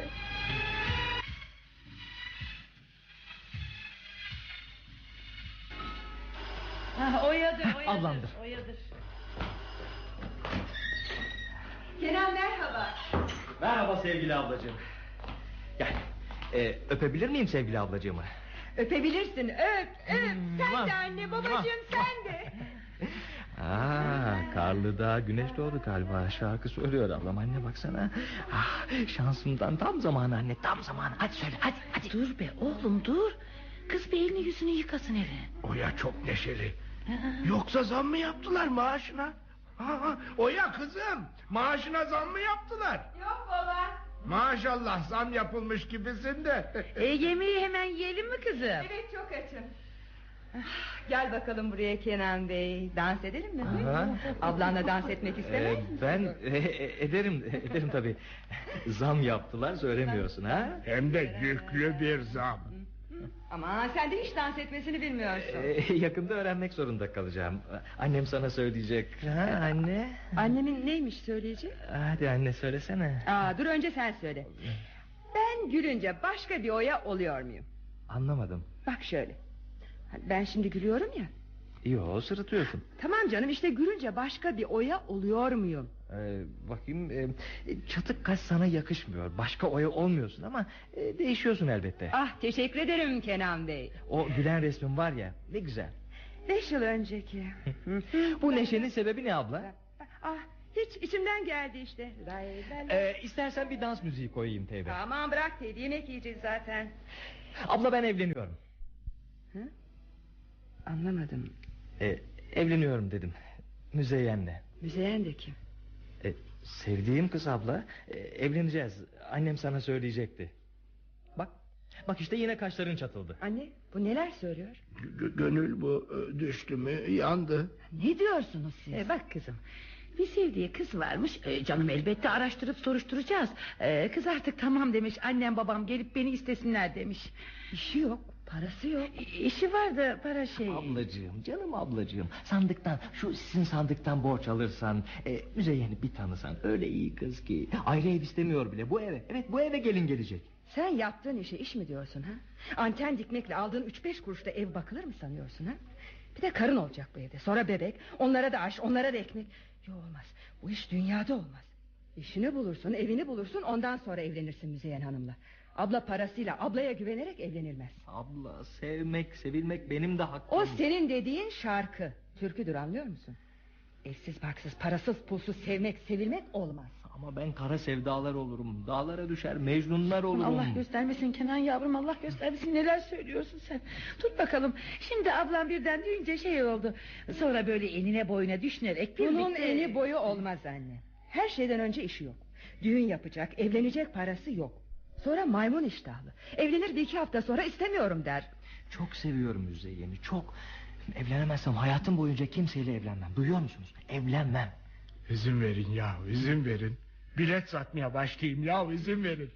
Ha, oyadır, oyadır. Ablamdır. Oyadır. Kenan merhaba. Merhaba sevgili ablacığım. Gel. Ee, öpebilir miyim sevgili ablacığımı? Öpebilirsin, öp öp. Sen Mwah, de anne, babacığım sen de. Aa, Karlı'da güneş doğdu galiba, şarkı söylüyor ablam. Anne baksana. Ah, şansımdan tam zamanı anne, tam zamanı. Hadi söyle, hadi hadi. Dur be oğlum, dur. Kız bir elini yüzünü yıkasın hele. Oya çok neşeli. Yoksa zam mı yaptılar maaşına? Ha, Oya kızım, maaşına zam mı yaptılar? Yok baba. Maşallah, zam yapılmış gibisin de. E, yemeği hemen yiyelim mi kızım? Evet, çok açım. Gel bakalım buraya Kenan Bey. Dans edelim mi? Aha. Ablanla dans etmek istemez Ee, misin? ben e, e, ederim ederim tabii. Zam yaptılar, söylemiyorsun ha? Hem de yüklü bir zam. Ama sen de hiç dans etmesini bilmiyorsun. Ee, yakında öğrenmek zorunda kalacağım. Annem sana söyleyecek. Ha anne? Annemin neymiş söyleyecek? Hadi anne söylesene. Aa, dur önce sen söyle. Ben gülünce başka bir oya oluyor muyum? Anlamadım. Bak şöyle. Ben şimdi gülüyorum ya. Yo, sırıtıyorsun. Tamam canım, işte gülünce başka bir oya oluyor muyum? Ee, bakayım, e, çatık kaş sana yakışmıyor. Başka oya olmuyorsun ama e, değişiyorsun elbette. Ah, teşekkür ederim Kenan Bey. O gülen resmin var ya, ne güzel. Beş yıl önceki. Bu neşenin sebebi ne abla? Ah, Hiç içimden geldi işte. Lay lay lay. Ee, istersen bir dans müziği koyayım teyze. Aman bırak Teddy, yemek yiyeceğiz zaten. Abla ben evleniyorum. Hı? Anlamadım. Ee, evleniyorum dedim. Müzeyyen'le. Müzeyyen de kim? Ee, sevdiğim kız abla. Ee, evleneceğiz. Annem sana söyleyecekti. Bak. Bak işte yine kaşların çatıldı. Anne bu neler söylüyor? G- gönül bu e, düştü mü yandı. Ne diyorsunuz siz? E, bak kızım, bir sevdiği kız varmış. E, canım elbette araştırıp soruşturacağız. E, kız artık tamam demiş. Annem babam gelip beni istesinler demiş. İşi yok, parası yok. E, işi vardı para şey. Ablacığım, canım ablacığım. Sandıktan, şu sizin sandıktan borç alırsan, e, Müzeyyen'i bir tanısan, öyle iyi kız ki. Ayrı ev istemiyor bile, bu eve. Evet, bu eve gelin gelecek. Sen yaptığın işe iş mi diyorsun ha? Anten dikmekle aldığın üç beş kuruşta ev bakılır mı sanıyorsun ha? Bir de karın olacak bu evde, sonra bebek. Onlara da aş, onlara da ekmek. Yok olmaz, bu iş dünyada olmaz. İşini bulursun, evini bulursun, ondan sonra evlenirsin Müzeyyen Hanım'la. Abla parasıyla, ablaya güvenerek evlenilmez. Abla, sevmek, sevilmek benim de hakkım. O senin dediğin şarkı. Türküdür, anlıyor musun? Evsiz barksız, parasız pulsuz sevmek, sevilmek olmaz. Ama ben kara sevdalar olurum. Dağlara düşer mecnunlar olurum. Allah göstermesin Kenan yavrum, Allah göstermesin, neler söylüyorsun sen. Tut bakalım. Şimdi ablam birden duyunca şey oldu. Sonra böyle enine boyuna düşünerek birlikte... Bunun eni boyu olmaz anne. Her şeyden önce işi yok. Düğün yapacak, evlenecek, parası yok. Sonra maymun iştahlı. Evlenir bir iki hafta sonra istemiyorum der. Çok seviyorum Müzeyyen'i, çok. Evlenemezsem hayatım boyunca kimseyle evlenmem. Duyuyor musunuz? Evlenmem. İzin verin ya, izin verin. Bilet satmaya başlayayım ya, izin verin.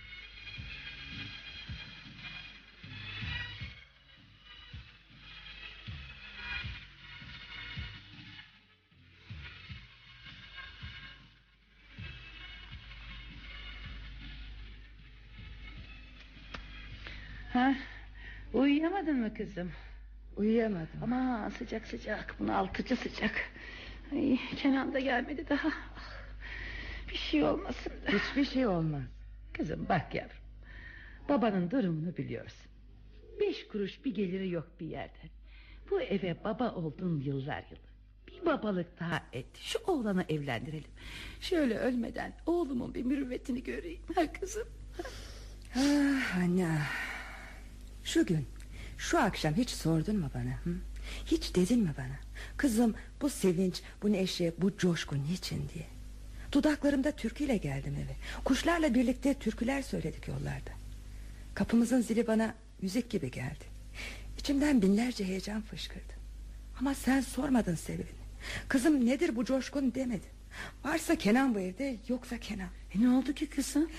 Ha? Uyuyamadın mı kızım? Uyuyamadım. Ama sıcak sıcak, bunaltıcı sıcak. Ay, Kenan da gelmedi daha. Bir şey olmasın da. Hiçbir şey olmaz. Kızım bak yavrum, babanın durumunu biliyorsun. Beş kuruş bir geliri yok bir yerden. Bu eve baba oldun yıllar yılı. Bir babalık daha et. Şu oğlanı evlendirelim. Şöyle ölmeden oğlumun bir mürüvvetini göreyim. Ha kızım. Ah anne. Şu gün, şu akşam hiç sordun mu bana? Hı? Hiç dedin mi bana? Kızım, bu sevinç, bu neşe, bu coşku niçin diye. Dudaklarımda türküyle geldim eve. Kuşlarla birlikte türküler söyledik yollarda. Kapımızın zili bana müzik gibi geldi. İçimden binlerce heyecan fışkırdı. Ama sen sormadın sebebini. Kızım nedir bu coşkun demedin. Varsa Kenan bu evde, yoksa Kenan. E ne oldu ki kızım?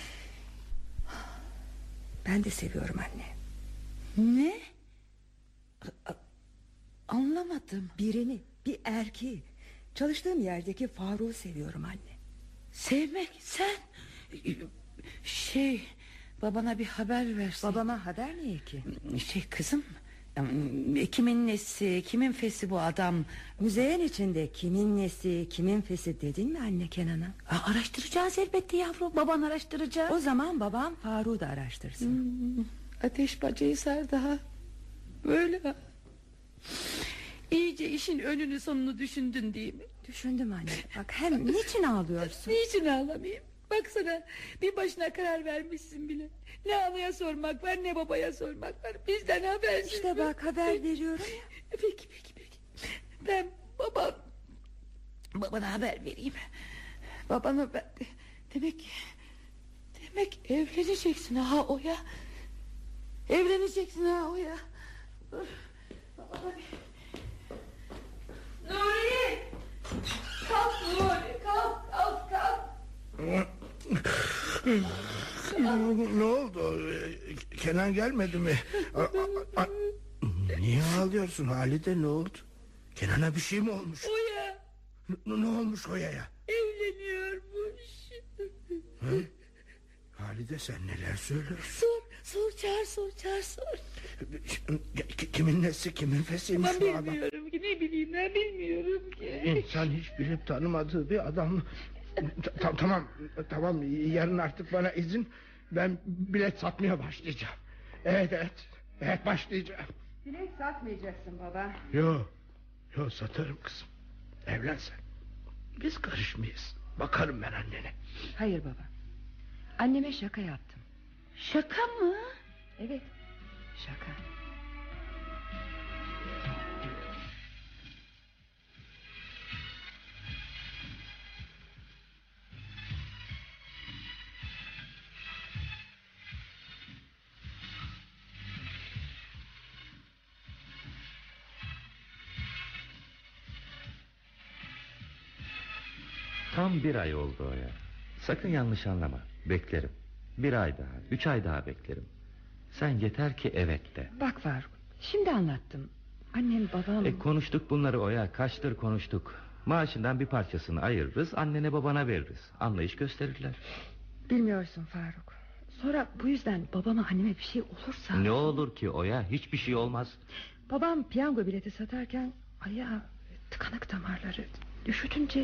Ben de seviyorum anne. Ne? A- Anlamadım. Birini, bir erkeği. Çalıştığım yerdeki Faruk'u seviyorum anne. Sevmek sen. Şey, babana bir haber versin. Babama haber niye ki? Şey kızım, kimin nesi, kimin fesi bu adam? Müzeyyen içinde kimin nesi, kimin fesi dedin mi anne Kenan'a? Aa, araştıracağız elbette yavrum, baban araştıracak. O zaman babam Faruk'u da araştırsın. Hmm, ateş bacayı sardı ha. Böyle ha. İyice işin önünü sonunu düşündün değil mi? Düşündüm anne. Bak hem niçin ağlıyorsun? Niçin ağlamayayım? Baksana, bir başına karar vermişsin bile. Ne anaya sormak var, ne babaya sormak var. Bizden habersiz. İşte bak haber veriyorum ya. Peki peki peki. Ben babam babana haber vereyim. Babana ben demek demek evleneceksin ha Oya. Evleneceksin ha Oya. Nuri! Kalk Nuri, kalk kalk kalk. Ne oldu? Kenan gelmedi mi? A- a- a- Niye ağlıyorsun Halide, ne oldu? Kenan'a bir şey mi olmuş? Oya N- ne olmuş Oya'ya? evleniyormuş. Hı? Halide sen neler söylüyorsun? Sor, sor çağır sor çağır sor. K- Kimin nesi, kimin fesiymiş Ben bu adam? bilmiyorum ki, ne bileyim ben bilmiyorum ki. İnsan hiç bilip tanımadığı bir adam. Ta- tamam tamam yarın artık bana izin, ben bilet satmaya başlayacağım. Evet evet evet başlayacağım. Bilet satmayacaksın baba. Yo yo satarım kızım, evlen sen. Biz karışmayız. Bakarım ben annene. Hayır baba. Anneme şaka yaptım. Şaka mı? Evet, şaka. Tam bir ay oldu o ya. Sakın yanlış anlama. Beklerim. Bir ay daha, üç ay daha beklerim. Sen yeter ki evet de. Bak Faruk, şimdi anlattım. Annem babam... E konuştuk bunları Oya. Kaçtır konuştuk. Maaşından bir parçasını ayırırız, annene babana veririz. Anlayış gösterirler. Bilmiyorsun Faruk. Sonra bu yüzden babama anneme bir şey olursa... Ne olur ki Oya, hiçbir şey olmaz. Babam piyango bileti satarken ayağı tıkanık damarları üşütünce...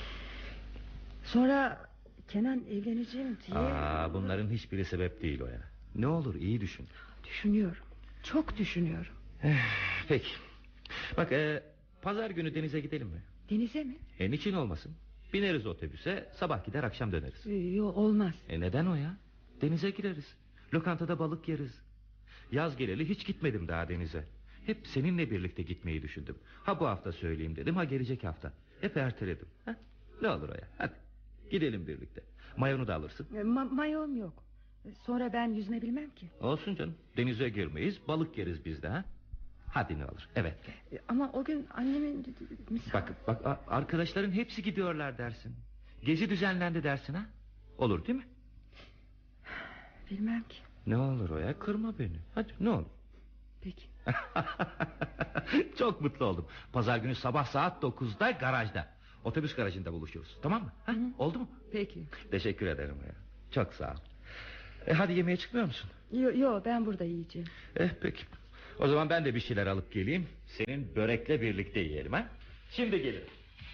Sonra Kenan evleneceğim diye... Aa, bunların hiçbiri sebep değil Oya. Ne olur iyi düşün. Düşünüyorum. Çok düşünüyorum. Peki. Bak e, pazar günü denize gidelim mi? Denize mi? E niçin olmasın? Bineriz otobüse, sabah gider akşam döneriz. Ee, Yok olmaz. E neden o ya? Denize gireriz. Lokantada balık yeriz. Yaz geleli hiç gitmedim daha denize. Hep seninle birlikte gitmeyi düşündüm. Ha bu hafta söyleyeyim dedim, ha gelecek hafta. Hep erteledim. Ha? Ne olur o ya, hadi gidelim birlikte. Mayonu da alırsın. Ee, Ma- mayom yok. Sonra ben yüzme bilmem ki. Olsun canım, denize girmeyiz, balık yeriz biz de ha. Hadi ne olur, evet. Ee, Ama o gün annemin... Misal... Bak bak a- arkadaşların hepsi gidiyorlar dersin. Gezi düzenlendi dersin ha. Olur değil mi? Bilmem ki. Ne olur o ya, kırma beni. Hadi ne olur. Peki. Çok mutlu oldum. Pazar günü sabah saat dokuzda garajda. Otobüs garajında buluşuyoruz, tamam mı? Ha? Oldu mu? Peki. Teşekkür ederim ya. Çok sağ ol. E, hadi yemeğe çıkmıyor musun? Yo, yo ben burada yiyeceğim. Eh peki. O zaman ben de bir şeyler alıp geleyim. Senin börekle birlikte yiyelim ha. Şimdi gelirim.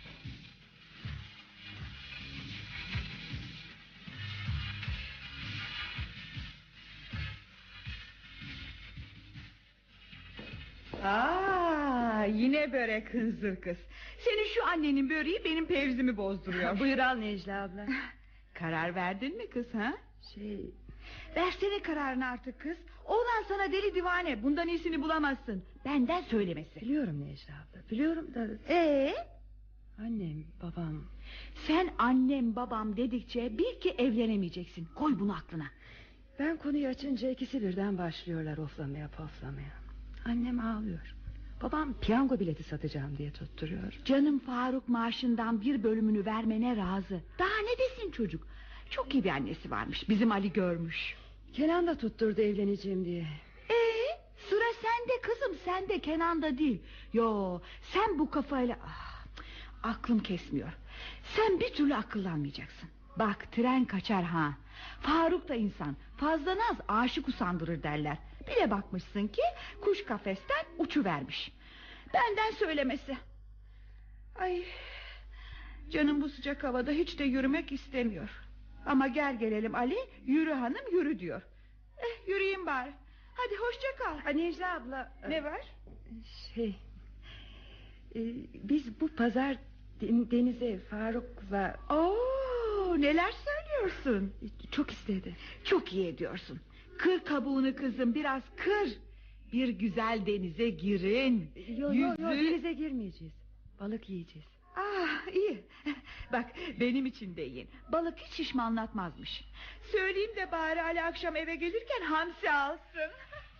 Aa, yine börek hınzır kız. Senin şu annenin böreği benim pevzimi bozduruyor. Buyur al Necla abla. Karar verdin mi kız ha? Şey... Versene kararını artık kız. Oğlan sana deli divane. Bundan iyisini bulamazsın. Benden söylemesi. Biliyorum Necla abla. Biliyorum da... Ee? Annem, babam... Sen annem babam dedikçe bil ki evlenemeyeceksin. Koy bunu aklına. Ben konuyu açınca ikisi birden başlıyorlar oflamaya poflamaya. Annem ağlıyor. Babam piyango bileti satacağım diye tutturuyor. Canım Faruk maaşından bir bölümünü vermene razı. Daha ne desin çocuk? Çok iyi bir annesi varmış. Bizim Ali görmüş. Kenan da tutturdu evleneceğim diye. Ee, sıra sende kızım, sende Kenan'da değil. Yo, sen bu kafayla ah, aklım kesmiyor. Sen bir türlü akıllanmayacaksın. Bak tren kaçar ha. Faruk da insan, fazla naz aşık usandırır derler. Bir de bakmışsın ki kuş kafesten uçuvermiş. Benden söylemesi. Ay, canım bu sıcak havada hiç de yürümek istemiyor. Ama gel gelelim Ali, yürü hanım yürü diyor. Eh, yürüyeyim bari. Hadi hoşça kal. Ha, Necla abla... Ne var? Şey... e, biz bu pazar den- denize Faruk'la... Oo, neler söylüyorsun? Çok istedi. Çok iyi ediyorsun. Kır kabuğunu kızım, biraz kır. Bir güzel denize girin. Yo yo yo denize girmeyeceğiz. Balık yiyeceğiz. Ah iyi. Bak benim için de yiyin. Balık hiç şişmanlatmazmış. Söyleyeyim de bari Ali akşam eve gelirken hamsi alsın.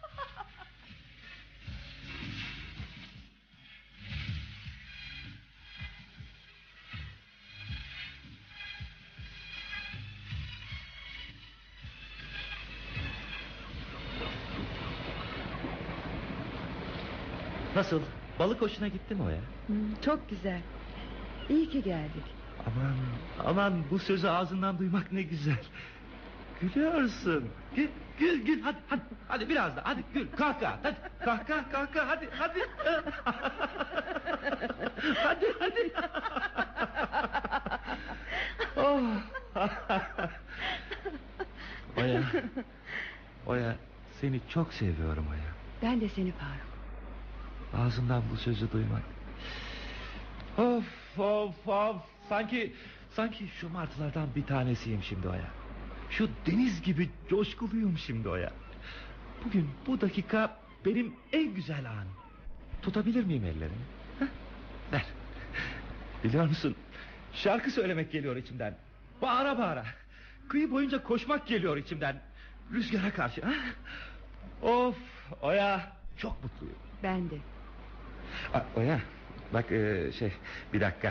Nasıl? Balık hoşuna gitti mi o ya? Hmm, çok güzel. İyi ki geldik. Aman aman, bu sözü ağzından duymak ne güzel. Gülüyorsun. Gül gül gül hadi hadi hadi biraz da hadi gül kahkaha hadi kahkaha kahkaha hadi hadi. Hadi hadi. Oh. Oya. Oya, seni çok seviyorum Oya. Ben de seni Faruk. Ağzından bu sözü duymak. Of of of Sanki sanki şu martılardan bir tanesiyim şimdi Oya. Şu deniz gibi coşkuluyum şimdi Oya. Bugün bu dakika benim en güzel anım. Tutabilir miyim ellerimi? Heh, ver. Biliyor musun, şarkı söylemek geliyor içimden. Bağıra bağıra. Kıyı boyunca koşmak geliyor içimden. Rüzgara karşı. Ha? Of Oya, çok mutluyum. Ben de. Aa, Oya bak e, şey bir dakika.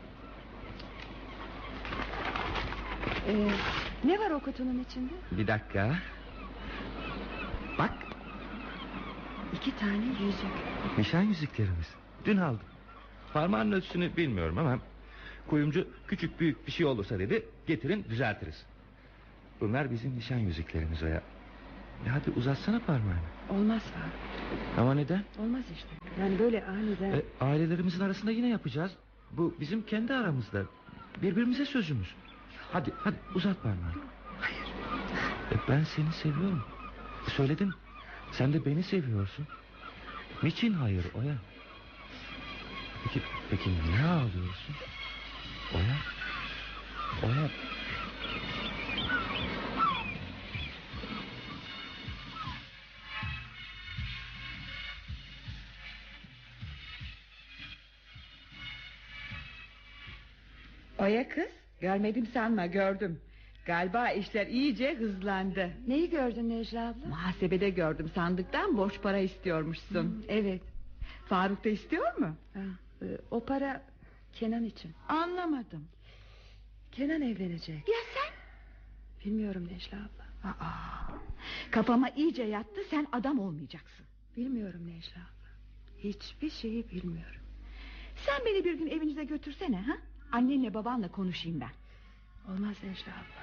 Ee, ne var o kutunun içinde? Bir dakika. Bak, İki tane yüzük. nişan yüzüklerimiz. Dün aldım. Parmağın ölçüsünü bilmiyorum ama kuyumcu küçük büyük bir şey olursa dedi, getirin düzeltiriz. Bunlar bizim nişan yüzüklerimiz Oya. E hadi uzatsana parmağını. Olmaz Faruk. Ama neden? Olmaz işte. Yani böyle aniden. E, ailelerimizin arasında yine yapacağız. Bu bizim kendi aramızda. Birbirimize sözümüz. Hadi hadi uzat parmağını. Hayır. E, ben seni seviyorum. E, söyledim. Sen de beni seviyorsun. Niçin hayır Oya? Peki, peki niye ağlıyorsun? Oya. Oya. Oya kız, görmedim sanma, gördüm. Galiba işler iyice hızlandı. Neyi gördün Necla abla? Muhasebede gördüm, sandıktan borç para istiyormuşsun. Hı, evet. Faruk da istiyor mu? Ha, e, o para Kenan için. Anlamadım. Kenan evlenecek. Ya sen? Bilmiyorum Necla abla. Aa, kafama iyice yattı, sen adam olmayacaksın. Bilmiyorum Necla abla. Hiçbir şeyi bilmiyorum. Sen beni bir gün evinize götürsene ha? Annenle babanla konuşayım ben. Olmaz Necla abla.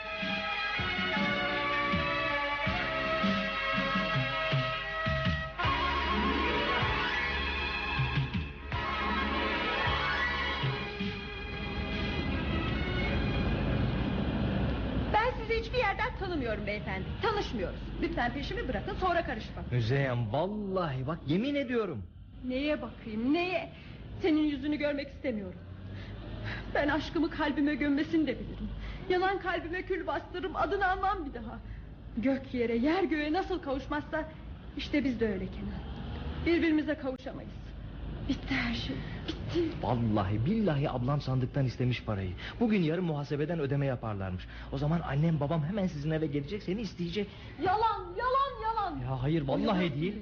Ben sizi hiçbir yerden tanımıyorum beyefendi. Tanışmıyoruz. Lütfen peşimi bırakın, sonra karışma. Müzeyyen, vallahi bak, yemin ediyorum. Neye bakayım, neye? Senin yüzünü görmek istemiyorum. Ben aşkımı kalbime gömmesini de bilirim. Yalan kalbime kül bastırırım, adını almam bir daha. Gök yere, yer göğe nasıl kavuşmazsa işte biz de öyle Kenan. Birbirimize kavuşamayız. Bitti her şey, bitti. Vallahi billahi ablam sandıktan istemiş parayı. Bugün yarın muhasebeden ödeme yaparlarmış. O zaman annem babam hemen sizin eve gelecek, seni isteyecek. Yalan, yalan, yalan. Ya hayır, vallahi Yalan değil. beni.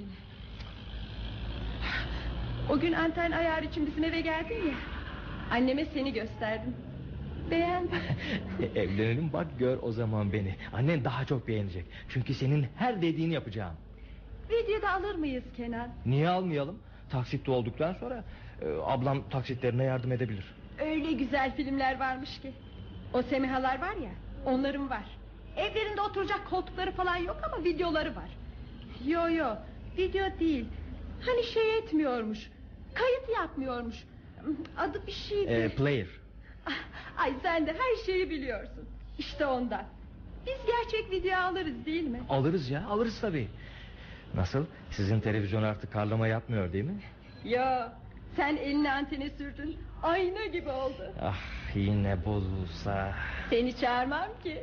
O gün anten ayarı için bizim eve geldin ya. Anneme seni gösterdim. Beğendim. Evlenelim, bak gör o zaman beni. Annen daha çok beğenecek. Çünkü senin her dediğini yapacağım. Videoda alır mıyız Kenan? Niye almayalım? Taksitte olduktan sonra e, ablam taksitlerine yardım edebilir. Öyle güzel filmler varmış ki. O Semihalar var ya, onların var. Evlerinde oturacak koltukları falan yok ama videoları var. Yo yo, video değil. Hani şey etmiyormuş, kayıt yapmıyormuş. Adı bir şeydi. E, player. Ay sen de her şeyi biliyorsun. İşte ondan. Biz gerçek video alırız değil mi? Alırız ya, alırız tabii. Nasıl? Sizin televizyon artık karlama yapmıyor değil mi? Yo, sen elini antene sürdün. Ayna gibi oldu. Ah, yine bozulsa. Seni çağırmam ki.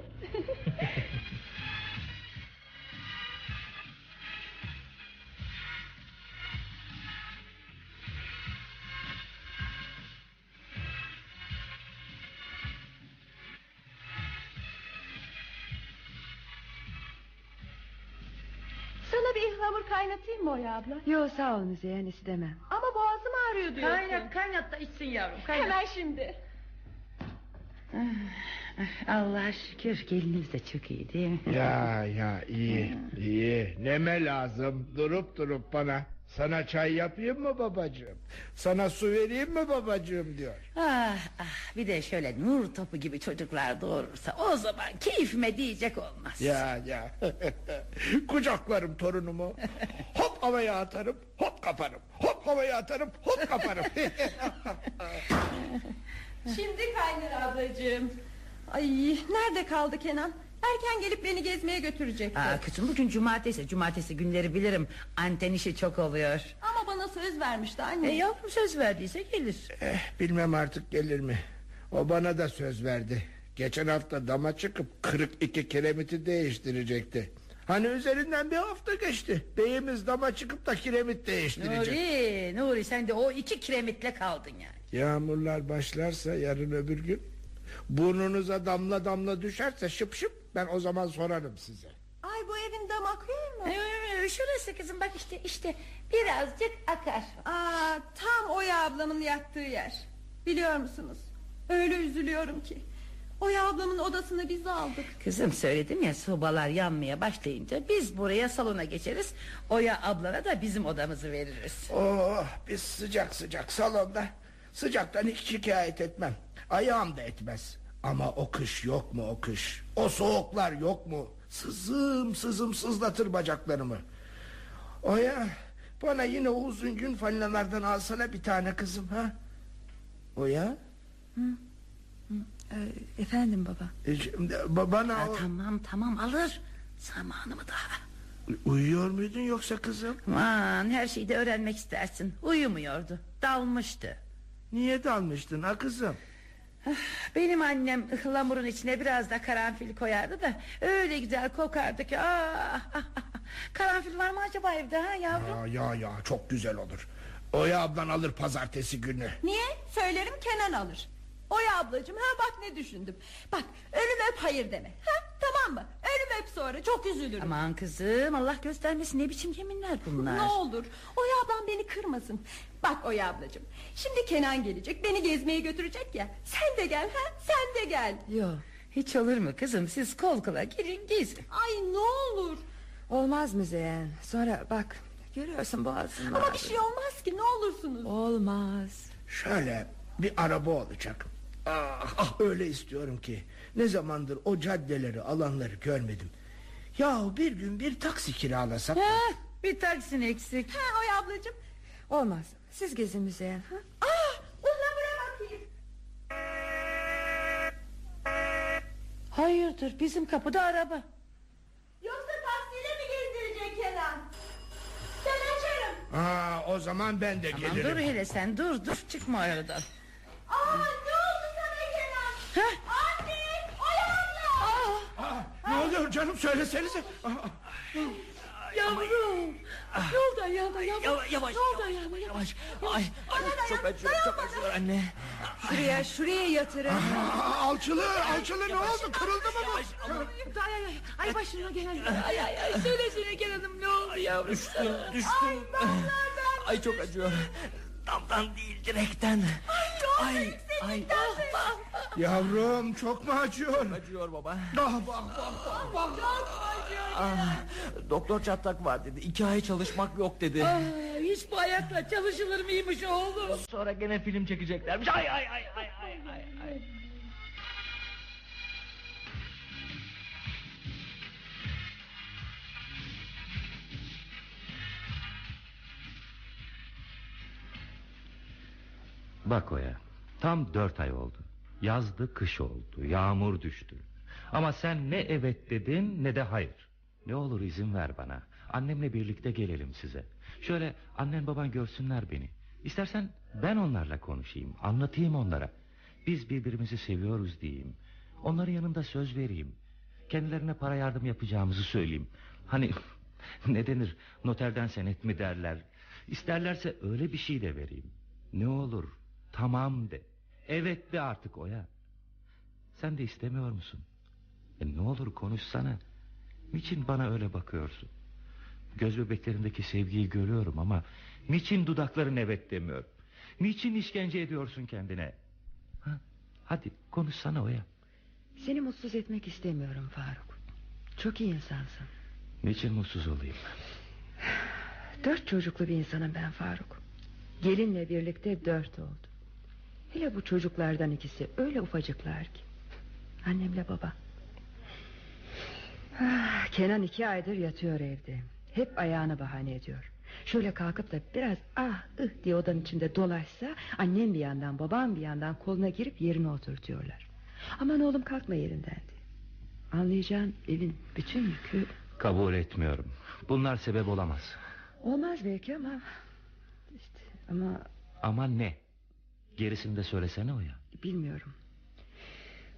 Sana bir ıhlamur kaynatayım mı Oya abla? Yo sağ ol Müzeyyen, istemem. Ama boğazım ağrıyor diyorsun. Kaynat kaynat da içsin yavrum, kaynat. Hemen şimdi. Allah'a şükür geliniz de çok iyi değil mi? Ya ya iyi iyi. Neme lazım durup durup bana. Sana çay yapayım mı babacığım? Sana su vereyim mi babacığım diyor. Ah ah, bir de şöyle nur topu gibi çocuklar doğurursa o zaman keyfime diyecek olmaz. Ya ya. Kucaklarım torunumu. Hop havaya atarım, hop kaparım. Hop havaya atarım, hop kaparım. Şimdi kaynar ablacığım. Ay nerede kaldı Kenan? Erken gelip beni gezmeye götürecekti. Aa, kızım bugün cumartesi, cumartesi günleri bilirim. Anten işi çok oluyor. Ama bana söz vermişti anne. E, yavrum söz verdiyse gelir. eh, bilmem artık gelir mi? O bana da söz verdi. Geçen hafta dama çıkıp kırık iki kiremiti değiştirecekti. Hani üzerinden bir hafta geçti. Beyimiz dama çıkıp da kiremit değiştirecek. Nuri, Nuri sen de o iki kiremitle kaldın yani. Yağmurlar başlarsa yarın öbür gün, burnunuza damla damla düşerse şıp şıp, ben o zaman sorarım size. Ay, bu evin dam akıyor mu? Ee, şurası kızım, bak işte işte birazcık akar. Aa, tam Oya ablamın yattığı yer. Biliyor musunuz? Öyle üzülüyorum ki. Oya ablamın odasını biz aldık. Kızım söyledim ya, sobalar yanmaya başlayınca biz buraya salona geçeriz. Oya ablana da bizim odamızı veririz. Oh, biz sıcak sıcak salonda. Sıcaktan hiç şikayet etmem. Ayağım da etmez. Ama o kış yok mu, o kış? O soğuklar yok mu? Sızım sızım sızlatır bacaklarımı. Oya, bana yine o uzun gün falinalardan alsana bir tane kızım, ha? Oya? Hı? Hı? Ee, efendim baba. E, şimdi, ba- bana Ha, o... tamam tamam alır. Zamanı mı daha? Uyuyor muydun yoksa kızım? Aman, her şeyi de öğrenmek istersin. Uyumuyordu, dalmıştı. Niye dalmıştın ha kızım? Benim annem ıhlamurun içine biraz da karanfil koyardı da öyle güzel kokardı ki. Ah, ah, ah. Karanfil var mı acaba evde, ha yavrum? Ya ya ya, çok güzel olur. Oya ablan alır pazartesi günü. Niye? Söylerim, Kenan alır. Oya ablacığım, ha bak ne düşündüm. Bak, ölüm öp hayır deme. Ha, tamam mı? Ölüm öp sonra, çok üzülürüm. Aman kızım, Allah göstermesin, ne biçim yeminler bunlar. Ne olur, Oya ablam beni kırmasın. Bak Oya ablacığım, şimdi Kenan gelecek, beni gezmeye götürecek ya. Sen de gel, ha, sen de gel. Yok, hiç olur mu kızım, siz kol kola girin gezin. Ay ne olur. Olmaz Müzeyyen. Sonra bak, görüyorsun boğazın Ama ağrıyor. bir şey olmaz ki, ne olursunuz. Olmaz. Şöyle bir araba olacak. Ah, ah öyle istiyorum ki. Ne zamandır o caddeleri, alanları görmedim. Yahu bir gün bir taksi kiralasak. Ha, bir taksin eksik. Ha Oya ablacığım. Olmaz. Siz gezin Müzeyyen. Ha? Ah, ıhlamura bakayım. Hayırdır, bizim kapıda araba. Yoksa taksiyle mi gezdirecek Kenan? Ben açarım. Aa, o zaman ben de Aman gelirim. dur hele sen, dur dur, çıkma oradan. Aa, ne oldu sana Kenan? Heh. Anne, Oya abla. Aa, ne oluyor canım, söylesenize. Aa, Yavrum, ne oldu ayağıma yavrum? Yavaş yavaş Ne oldu ayağıma yavrum? yavaş. Ay, ay çok acıyor, çok acıyor anne. Şuraya, şuraya yatırın. aa, alçılı, alçılı ne oldu, kırıldı mı bu? Ay ay ay, ay başına gelen. Ay ay ay, söylesene Kenan'ım, ne oldu yavrum? Düştüm, düştüm. Ay çok acıyor. Damdan değil, direkten. Ay, ay. Yavrum, çok mu acıyor? Acıyor baba. Ah, bak bak bak bak. Ah, doktor çatlak var dedi. İki ay çalışmak yok dedi. Ay, hiç bu ayakla çalışılır mıymış oğlum? Sonra gene film çekeceklermiş. Ay ay ay ay ay ay. ay. Bak Oya, tam dört ay oldu. Yazdı, kış oldu, yağmur düştü. Ama sen ne evet dedin ne de hayır. Ne olur izin ver bana. Annemle birlikte gelelim size. Şöyle annen baban görsünler beni. İstersen ben onlarla konuşayım, anlatayım onlara. Biz birbirimizi seviyoruz diyeyim. Onların yanında söz vereyim. Kendilerine para yardım yapacağımızı söyleyeyim. Hani ne denir, noterden senet mi derler. İsterlerse öyle bir şey de vereyim. Ne olur tamam de. Evet de artık Oya. Sen de istemiyor musun? E ne olur konuşsana. Niçin bana öyle bakıyorsun? Göz bebeklerindeki sevgiyi görüyorum ama niçin dudakların evet demiyor? Niçin işkence ediyorsun kendine? Ha? Hadi konuşsana Oya. Seni mutsuz etmek istemiyorum Faruk. Çok iyi insansın. Niçin mutsuz olayım? Dört çocuklu bir insanım ben Faruk. Gelinle birlikte dört oldu. Hele bu çocuklardan ikisi öyle ufacıklar ki. Annemle baba. Ah, Kenan iki aydır yatıyor evde. Hep ayağını bahane ediyor. Şöyle kalkıp da biraz ah ıh diye odanın içinde dolaşsa, annem bir yandan babam bir yandan koluna girip yerine oturtuyorlar. Aman oğlum kalkma yerinden diye. Anlayacağın evin bütün yükü. Kabul etmiyorum. Bunlar sebep olamaz. Olmaz belki ama işte ama Ama ne? Gerisini de söylesene Oya. bilmiyorum.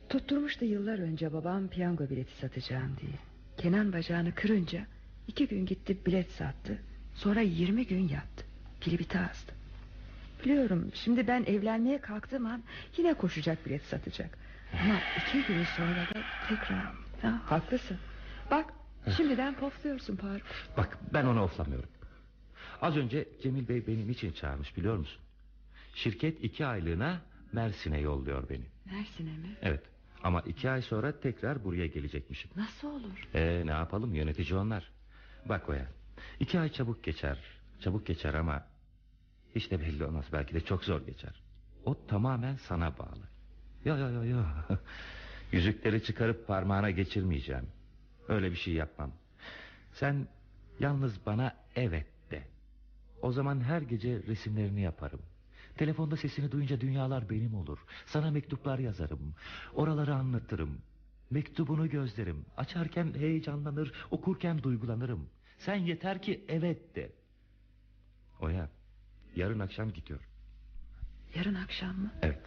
Tutturmuştu yıllar önce babam piyango bileti satacağım diye. Kenan bacağını kırınca iki gün gitti bilet sattı. Sonra yirmi gün yattı. Pili biti azdı. Biliyorum, şimdi ben evlenmeye kalktığım an yine koşacak bilet satacak. Ama iki gün sonra da tekrar. Ha, haklısın. Bak, şimdiden pofluyorsun Faruk. Bak, ben onu oflamıyorum. Az önce Cemil Bey beni niçin çağırmış biliyor musun? Şirket iki aylığına Mersin'e yolluyor beni. Mersin'e mi? Evet, ama iki ay sonra tekrar buraya gelecekmişim. Nasıl olur? Ee, ne yapalım, yönetici onlar. Bak Oya, iki ay çabuk geçer. Çabuk geçer ama hiç de belli olmaz, belki de çok zor geçer. O tamamen sana bağlı. Ya ya ya ya. Yüzükleri çıkarıp parmağına geçirmeyeceğim. Öyle bir şey yapmam. Sen yalnız bana evet de. O zaman her gece resimlerini yaparım. Telefonda sesini duyunca dünyalar benim olur. Sana mektuplar yazarım. Oraları anlatırım. Mektubunu gözlerim. Açarken heyecanlanır, okurken duygulanırım. Sen yeter ki evet de. Oya, yarın akşam gidiyor. Yarın akşam mı? Evet.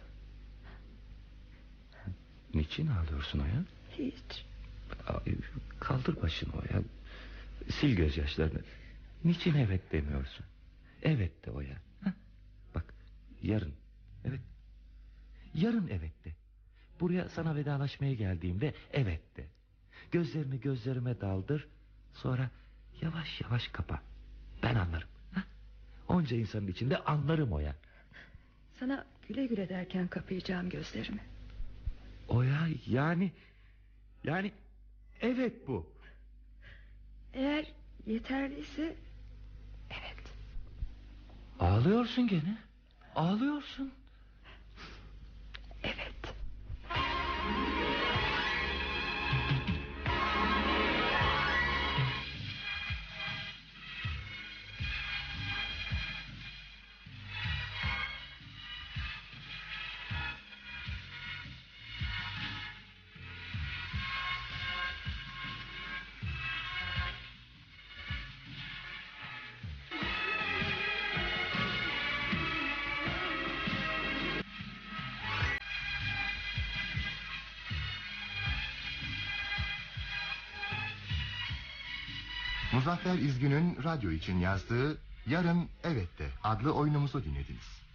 Niçin ağlıyorsun Oya? Hiç. Kaldır başını Oya. Sil gözyaşlarını. Niçin evet demiyorsun? Evet de Oya. Heh. Bak, yarın. Evet. Yarın evet de. Buraya sana vedalaşmaya geldiğimde evet de. Gözlerini gözlerime daldır. Sonra yavaş yavaş kapa. Ben anlarım. Heh. Onca insanın içinde anlarım Oya. Sana güle güle derken kapayacağım gözlerimi. Oya, yani yani evet bu. Eğer yeterliyse evet. Ağlıyorsun gene. Ağlıyorsun. Evet. Muzaffer İzgün'ün radyo için yazdığı Yarın Evet De adlı oyunumuzu dinlediniz.